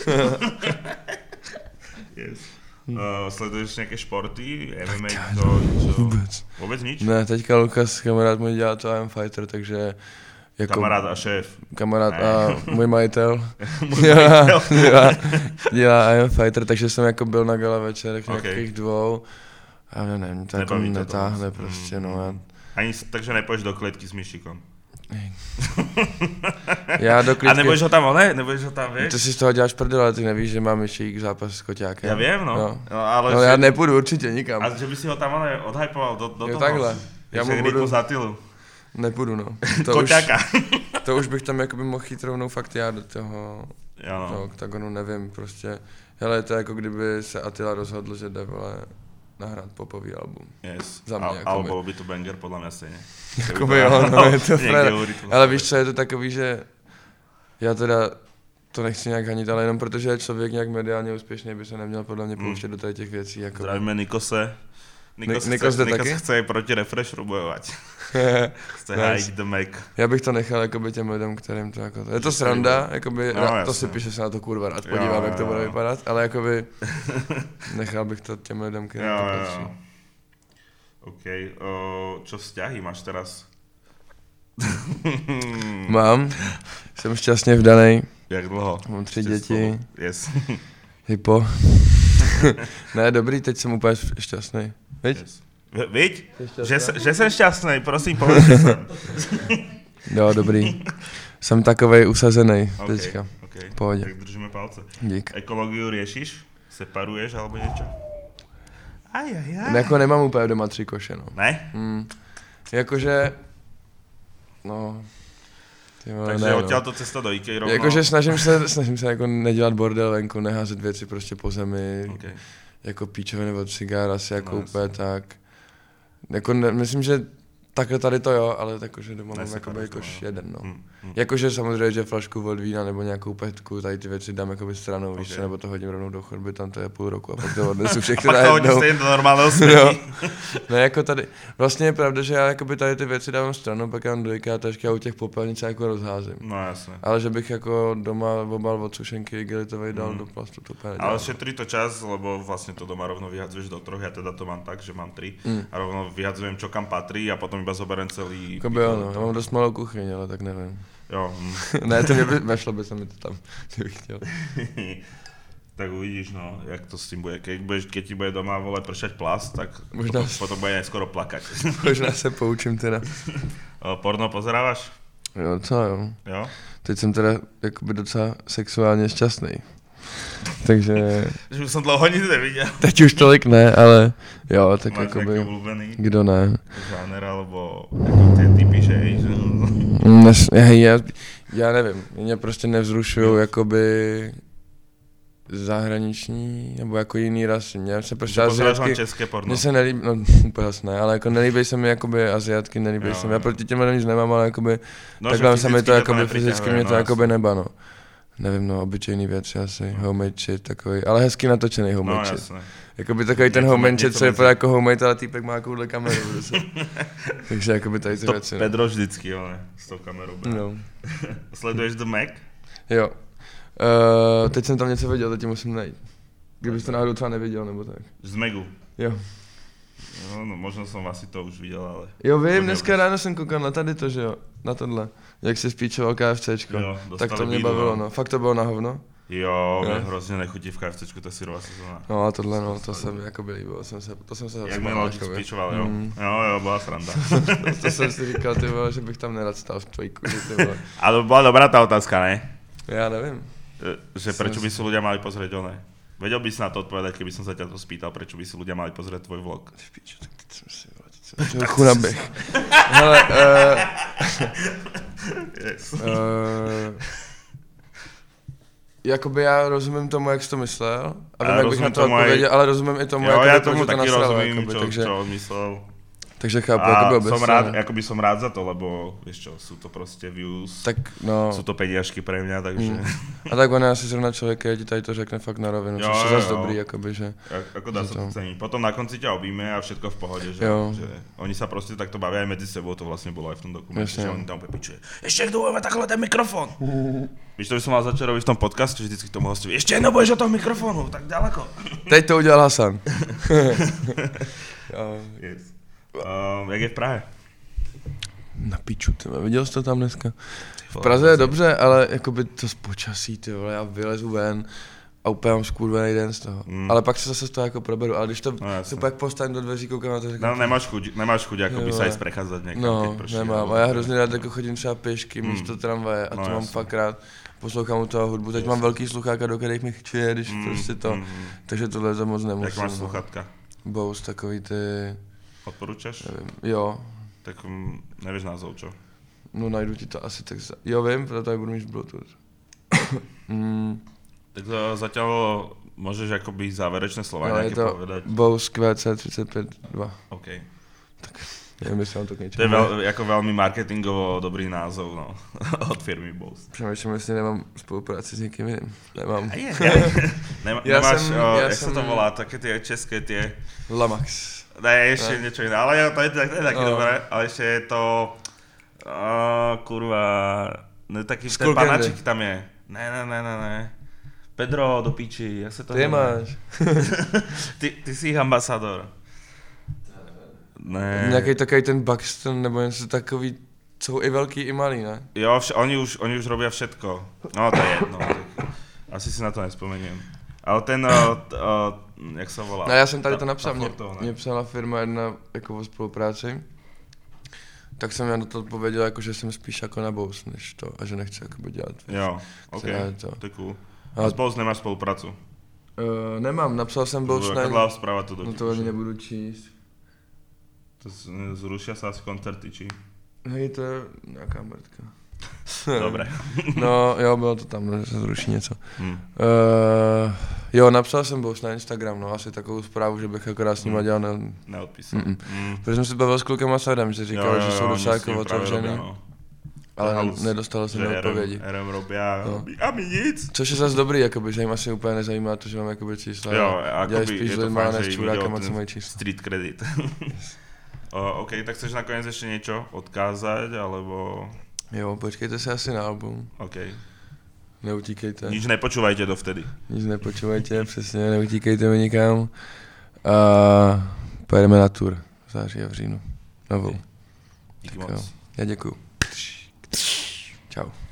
Yes. Uh, sleduješ nějaké športy, M M A, to něco? Vůbec. Vůbec nič? Ne, teďka Lukas, kamarád můj dělá to I am Fighter, takže... Jako kamarád a šéf. Kamarád ne. a můj majitel. můj majitel. dělá, dělá I am Fighter, takže jsem jako byl na gala večerech okay. nějakých dvou. A nevím, to jako netáhne to prostě, mm. no. Já... Ani, takže nepůjdeš do kletky s myšikom? Já do klidky... A nebudeš ho tam, ne? Nebudeš ho tam, víš? Ty si z toho děláš prdel, ale ty nevíš, že mám ještě zápas s koťákem. Já vím, no. No, no ale no že... já nepůjdu určitě nikam. A že by si ho tam ale odhypoval do, do jo, toho. takhle. Já mu budu... Zatilu. Nepůjdu, no. To Koťáka. Už, to už bych tam jakoby mohl jít rovnou fakt já do toho, jo, no. toho oktagonu, nevím, prostě. Hele, to je jako kdyby se Attila rozhodl, že jde, vole, nahrát popový album. Yes. Za mě, Al, jako album by to banger, podle mě stejně. Jakoby jo, no, je to frér. Ale víš co, je to takový, že já teda to nechci nějak hanit, ale jenom protože je člověk nějak mediálně úspěšný, by se neměl podle mě pouštět mm. do tady těch věcí. Jako... Zdravíme Nikose. Nikos, Nikos, chce, Nikos Nikos chce proti Refresheru bojovat. Chce hájit The Mac. Já bych to nechal jakoby těm lidem, kterým to jako... Je to sranda, jakoby, no, to si píše, se na to kurva rád podívám, jo, jak to bude vypadat, ale jakoby nechal bych to těm lidem, kterým jo, to patří. Jo. OK, o, čo vzťahy máš teraz? Mám, jsem šťastně vdanej. Jak dlouho? Mám tři děti. Yes. Hypo. Ne, dobrý, teď jsem úplně šťastný. Viď? Yes. Viď? Že, že jsem šťastný, prosím, povedz, že jsem. Jo, dobrý. Jsem takovej usazený okay, teďka. Okay. Pohodě. Tak držíme palce. Dík. Ekologiu riešiš? Separuješ alebo niečo? Aj, aj, aj. Jako nemám úplně doma tři koše, no. Ne? Hmm. Jakože, no... Tyvo, takže ne, odtěl no. to cesta do IKEA rovno. Jakože snažím se, snažím se jako nedělat bordel venku, neházet věci prostě po zemi, okay. Jako píčoviny od cigár asi jako no, úplně tak. Jako ne, myslím, že takhle tady to jo, ale jakože doma mám jakoby jakož jeden, no. Hmm, hmm. Jakože samozřejmě, že flašku od vína nebo nějakou petku, tady ty věci dám jakoby stranou, okay. Víš, nebo to hodím rovnou do chodby, tam to je půl roku a pak to odnesu všechny najednou. A pak to hodím do normálního světí. No jako tady, vlastně je pravda, že já jakoby tady ty věci dávám stranou, pak já mám do IKEA tašky a u těch popelnic jako rozházím. No jasně. Ale že bych jako doma obal od sušenky igelitovej dal hmm. do plastu, to úplně ale šetrí to čas, lebo vlastně to doma rovno vyhadzuješ do troch, já teda to mám tak, že mám tri hmm. a rovno vyhadzujem, čo kam patrí a potom iba zoberiem celý... Jako by ano, já mám dost malou kuchyň, ale tak nevím. Jo. Mm. Ne, to mě by, vešlo by se mi to tam, kdybych chtěl. Tak uvidíš, no, jak to s tím bude. Keď, budeš, keď ti bude doma, vole, pršať plast, tak možná potom, potom bude aj skoro plakať. Možná se poučím teda. O, porno pozerávaš? Jo, co jo. Jo? Teď jsem teda jakoby docela sexuálně šťastný. Takže... Že už jsem dlouho nic neviděl. Teď už tolik ne, ale jo, tak máš jakoby... Máš obľúbený? Kdo ne? Žáner, alebo jako ty typy, že hej, že... Nes, hej, já, já nevím, mě prostě nevzrušujou jakoby zahraniční, nebo jako jiný rasy. Mně se prostě aziatky... české porno. Mně se nelíbí, no úplně ne, ale jako nelíbí se mi jakoby aziatky, nelíbí jo, se mi. Já proti těm lidem nic nemám, ale jakoby no, takhle se mi to jakoby fyzicky mě to no, jakoby neba, no. Nevím, no, obyčejný věci asi, no. Homemade shit takový, ale hezky natočený homemade no, shit. Jasné. Jakoby takový ten homemade shit, co je pro jako homemade, ale týpek má takovouhle kameru. Takže jakoby tady ty to věci. To Pedro vždycky, jo, ne, s tou kamerou. No. Sleduješ The Mac? Jo. Uh, teď jsem tam něco viděl, teď musím najít. Kdybyste náhodou třeba neviděl, nebo tak. Z Megu? Jo. No, no, možná jsem asi to už viděl, ale... Jo, vím, dneska ráno jsem koukal na tady to, že jo, na tohle. Jak se spíčoval KFCčko. Jo, tak to mě bídu, bavilo, no. Fakt to bylo na hovno? Jo, mě hrozně nechutí v KFCčku, to je syrová sezóna. No a tohle, no, to se mi jako by líbilo, jsem se, to jsem se jak mi logic spíčoval, jo. Mm. Jo, jo, byla sranda. to, to jsem si říkal, ty vole, že bych tam nerad stál v tvojí kuži, ty vole. Ale to byla dobrá ta otázka, ne? Já nevím. Že prečo by si ľudia mali pozrieť one? Vedel by si na to odpovedať, keby som sa ťa to spýtal, prečo by si ľudia mali pozrieť tvoj vlog? Špičo, tak teď som si trochu nabeh. Hele, uh, yes. uh, jakoby já rozumím tomu, jak jsi to myslel, a vím, jak bych na to odpověděl, aj... ale rozumím i tomu, jo, jak ja to, tomu že to taky nasralo, rozumím, jakoby, čo, takže... čo myslel. Takže chápu, a jakoby obecně. som rád, jakoby som rád za to, lebo vieš čo, sú to proste views, tak, no. sú to peniažky pre mňa, takže... Mm. A tak on je asi zrovna člověk, který ti tady to řekne fakt na rovinu, jo, což je jo, zase jo. dobrý, jakoby, že... Jak, ako dá sa to ceniť. Potom na konci ťa objíme a všetko v pohode, že, že oni sa proste takto bavia aj medzi sebou, to vlastne bolo aj v tom dokumente, že oni tam pepičuje. Ešte kto budeme takhle ten mikrofón. Víš, to by som mal začať robiť v tom podcastu, vždycky k tomu hostovi. Ešte jedno budeš od toho mikrofónu, tak ďaleko. Teď to udělal Hasan. Yes. Um, jak je v Prahe? Na piču, ty viděl jsi to tam dneska? V Praze je dobře, ale jakoby to z počasí, ty vole, já vylezu ven a úplně mám skurvený den z toho. Mm. Ale pak se zase z toho jako proberu, ale když to no, se pak postavím do dveří, koukám na to, říkám... No nemáš chuť, nemáš chuť jako by se jít prechádzať někam, no, keď prší. nemám, a já hrozně rád jako chodím třeba pěšky mm. místo tramvaje a no, to mám jasný. Fakt rád. Poslouchám u toho hudbu, teď jasný. Mám velký slucháka, do kterých mi chčuje, když mm, prostě to, mm, takže tohle to moc nemusím. Jak máš sluchátka? Bose, takový ty... Odporučáš? Nevím, jo. Tak um, nevíš názov, čo? No najdu ti to asi tak... Za... Jo vím, proto tady budu mít Bluetooth. mm. Tak to zatiaľ môžeš akoby záverečné slova no, nejaké povedať. Bose Q C tridsaťpäť dva. OK. Tak neviem, jestli vám to k niečomu. To je veľ, ako veľmi marketingovo dobrý názov, no. Od firmy Bose. Přemýšlím, jestli nemám spolupráci s někým jiným. Nemám. Je, je. Nema, ja nemáš, som, o, ja jak som... sa to volá, také tie české tie... Lamax. Ne, ešte ne. Niečo iné, ale ja, to je, to je, to je taký oh. dobré, ale ešte je to... Uh, kurva... No, taký ten panačik tam je. Ne, ne, ne, ne, ne. Pedro, do píči, jak se to... Ty máš. ty, ty jsi jich ambasador. Ne. Nějaký takový ten Buxton, nebo něco takový, jsou i velký, i malý, ne? Jo, vš- oni, už, oni už robí všetko. No, to je jedno. Tak asi si na to nespomeniem. Ale ten, uh, uh, jak se volá? No, já jsem tady to napsal, mě, mě psala firma jedna jako o spolupráci. Tak jsem já na to odpověděl, jako, že jsem spíš jako na Bose, než to, a že nechci jakoby dělat. Jo, ok, to. to je cool. A s Bose nemáš spoluprácu? Uh, nemám, napsal jsem Bose na... Jaká zpráva to do No to ani nebudu číst. To zrušia sa asi koncerty, či? Hej, to je nějaká mrtka. Dobré. No jo, bylo to tam, že se zruší něco. Hmm. Uh, jo, napsal jsem Bose na Instagram, no asi takovou zprávu, že bych akorát s nima dělal ne... Neodpísal. Mm. Mm. Protože jsem si bavil s klukem a Sadem, že říkal, jo, jo, že jsou dosa jako otevřený. No. Ale nedostalo se mi odpovědi. R M robí a, no. a mi nic. Což je zase dobrý, jakoby, že jim asi úplně nezajímá to, že mám jakoby čísla. Jo, dělají spíš s lidma, než čurákama, co mají čísla. Street credit. uh, OK, tak chceš nakonec ještě něco odkázat, alebo... Jo, počkejte se asi na album. OK. Neutíkejte. Nič nepočúvajte dovtedy. Nic nepočúvajte, přesně, neutíkejte mi nikam. A pojedeme na tour v září a v říjnu. Novou. Díky moc. Já děkuju. Čau.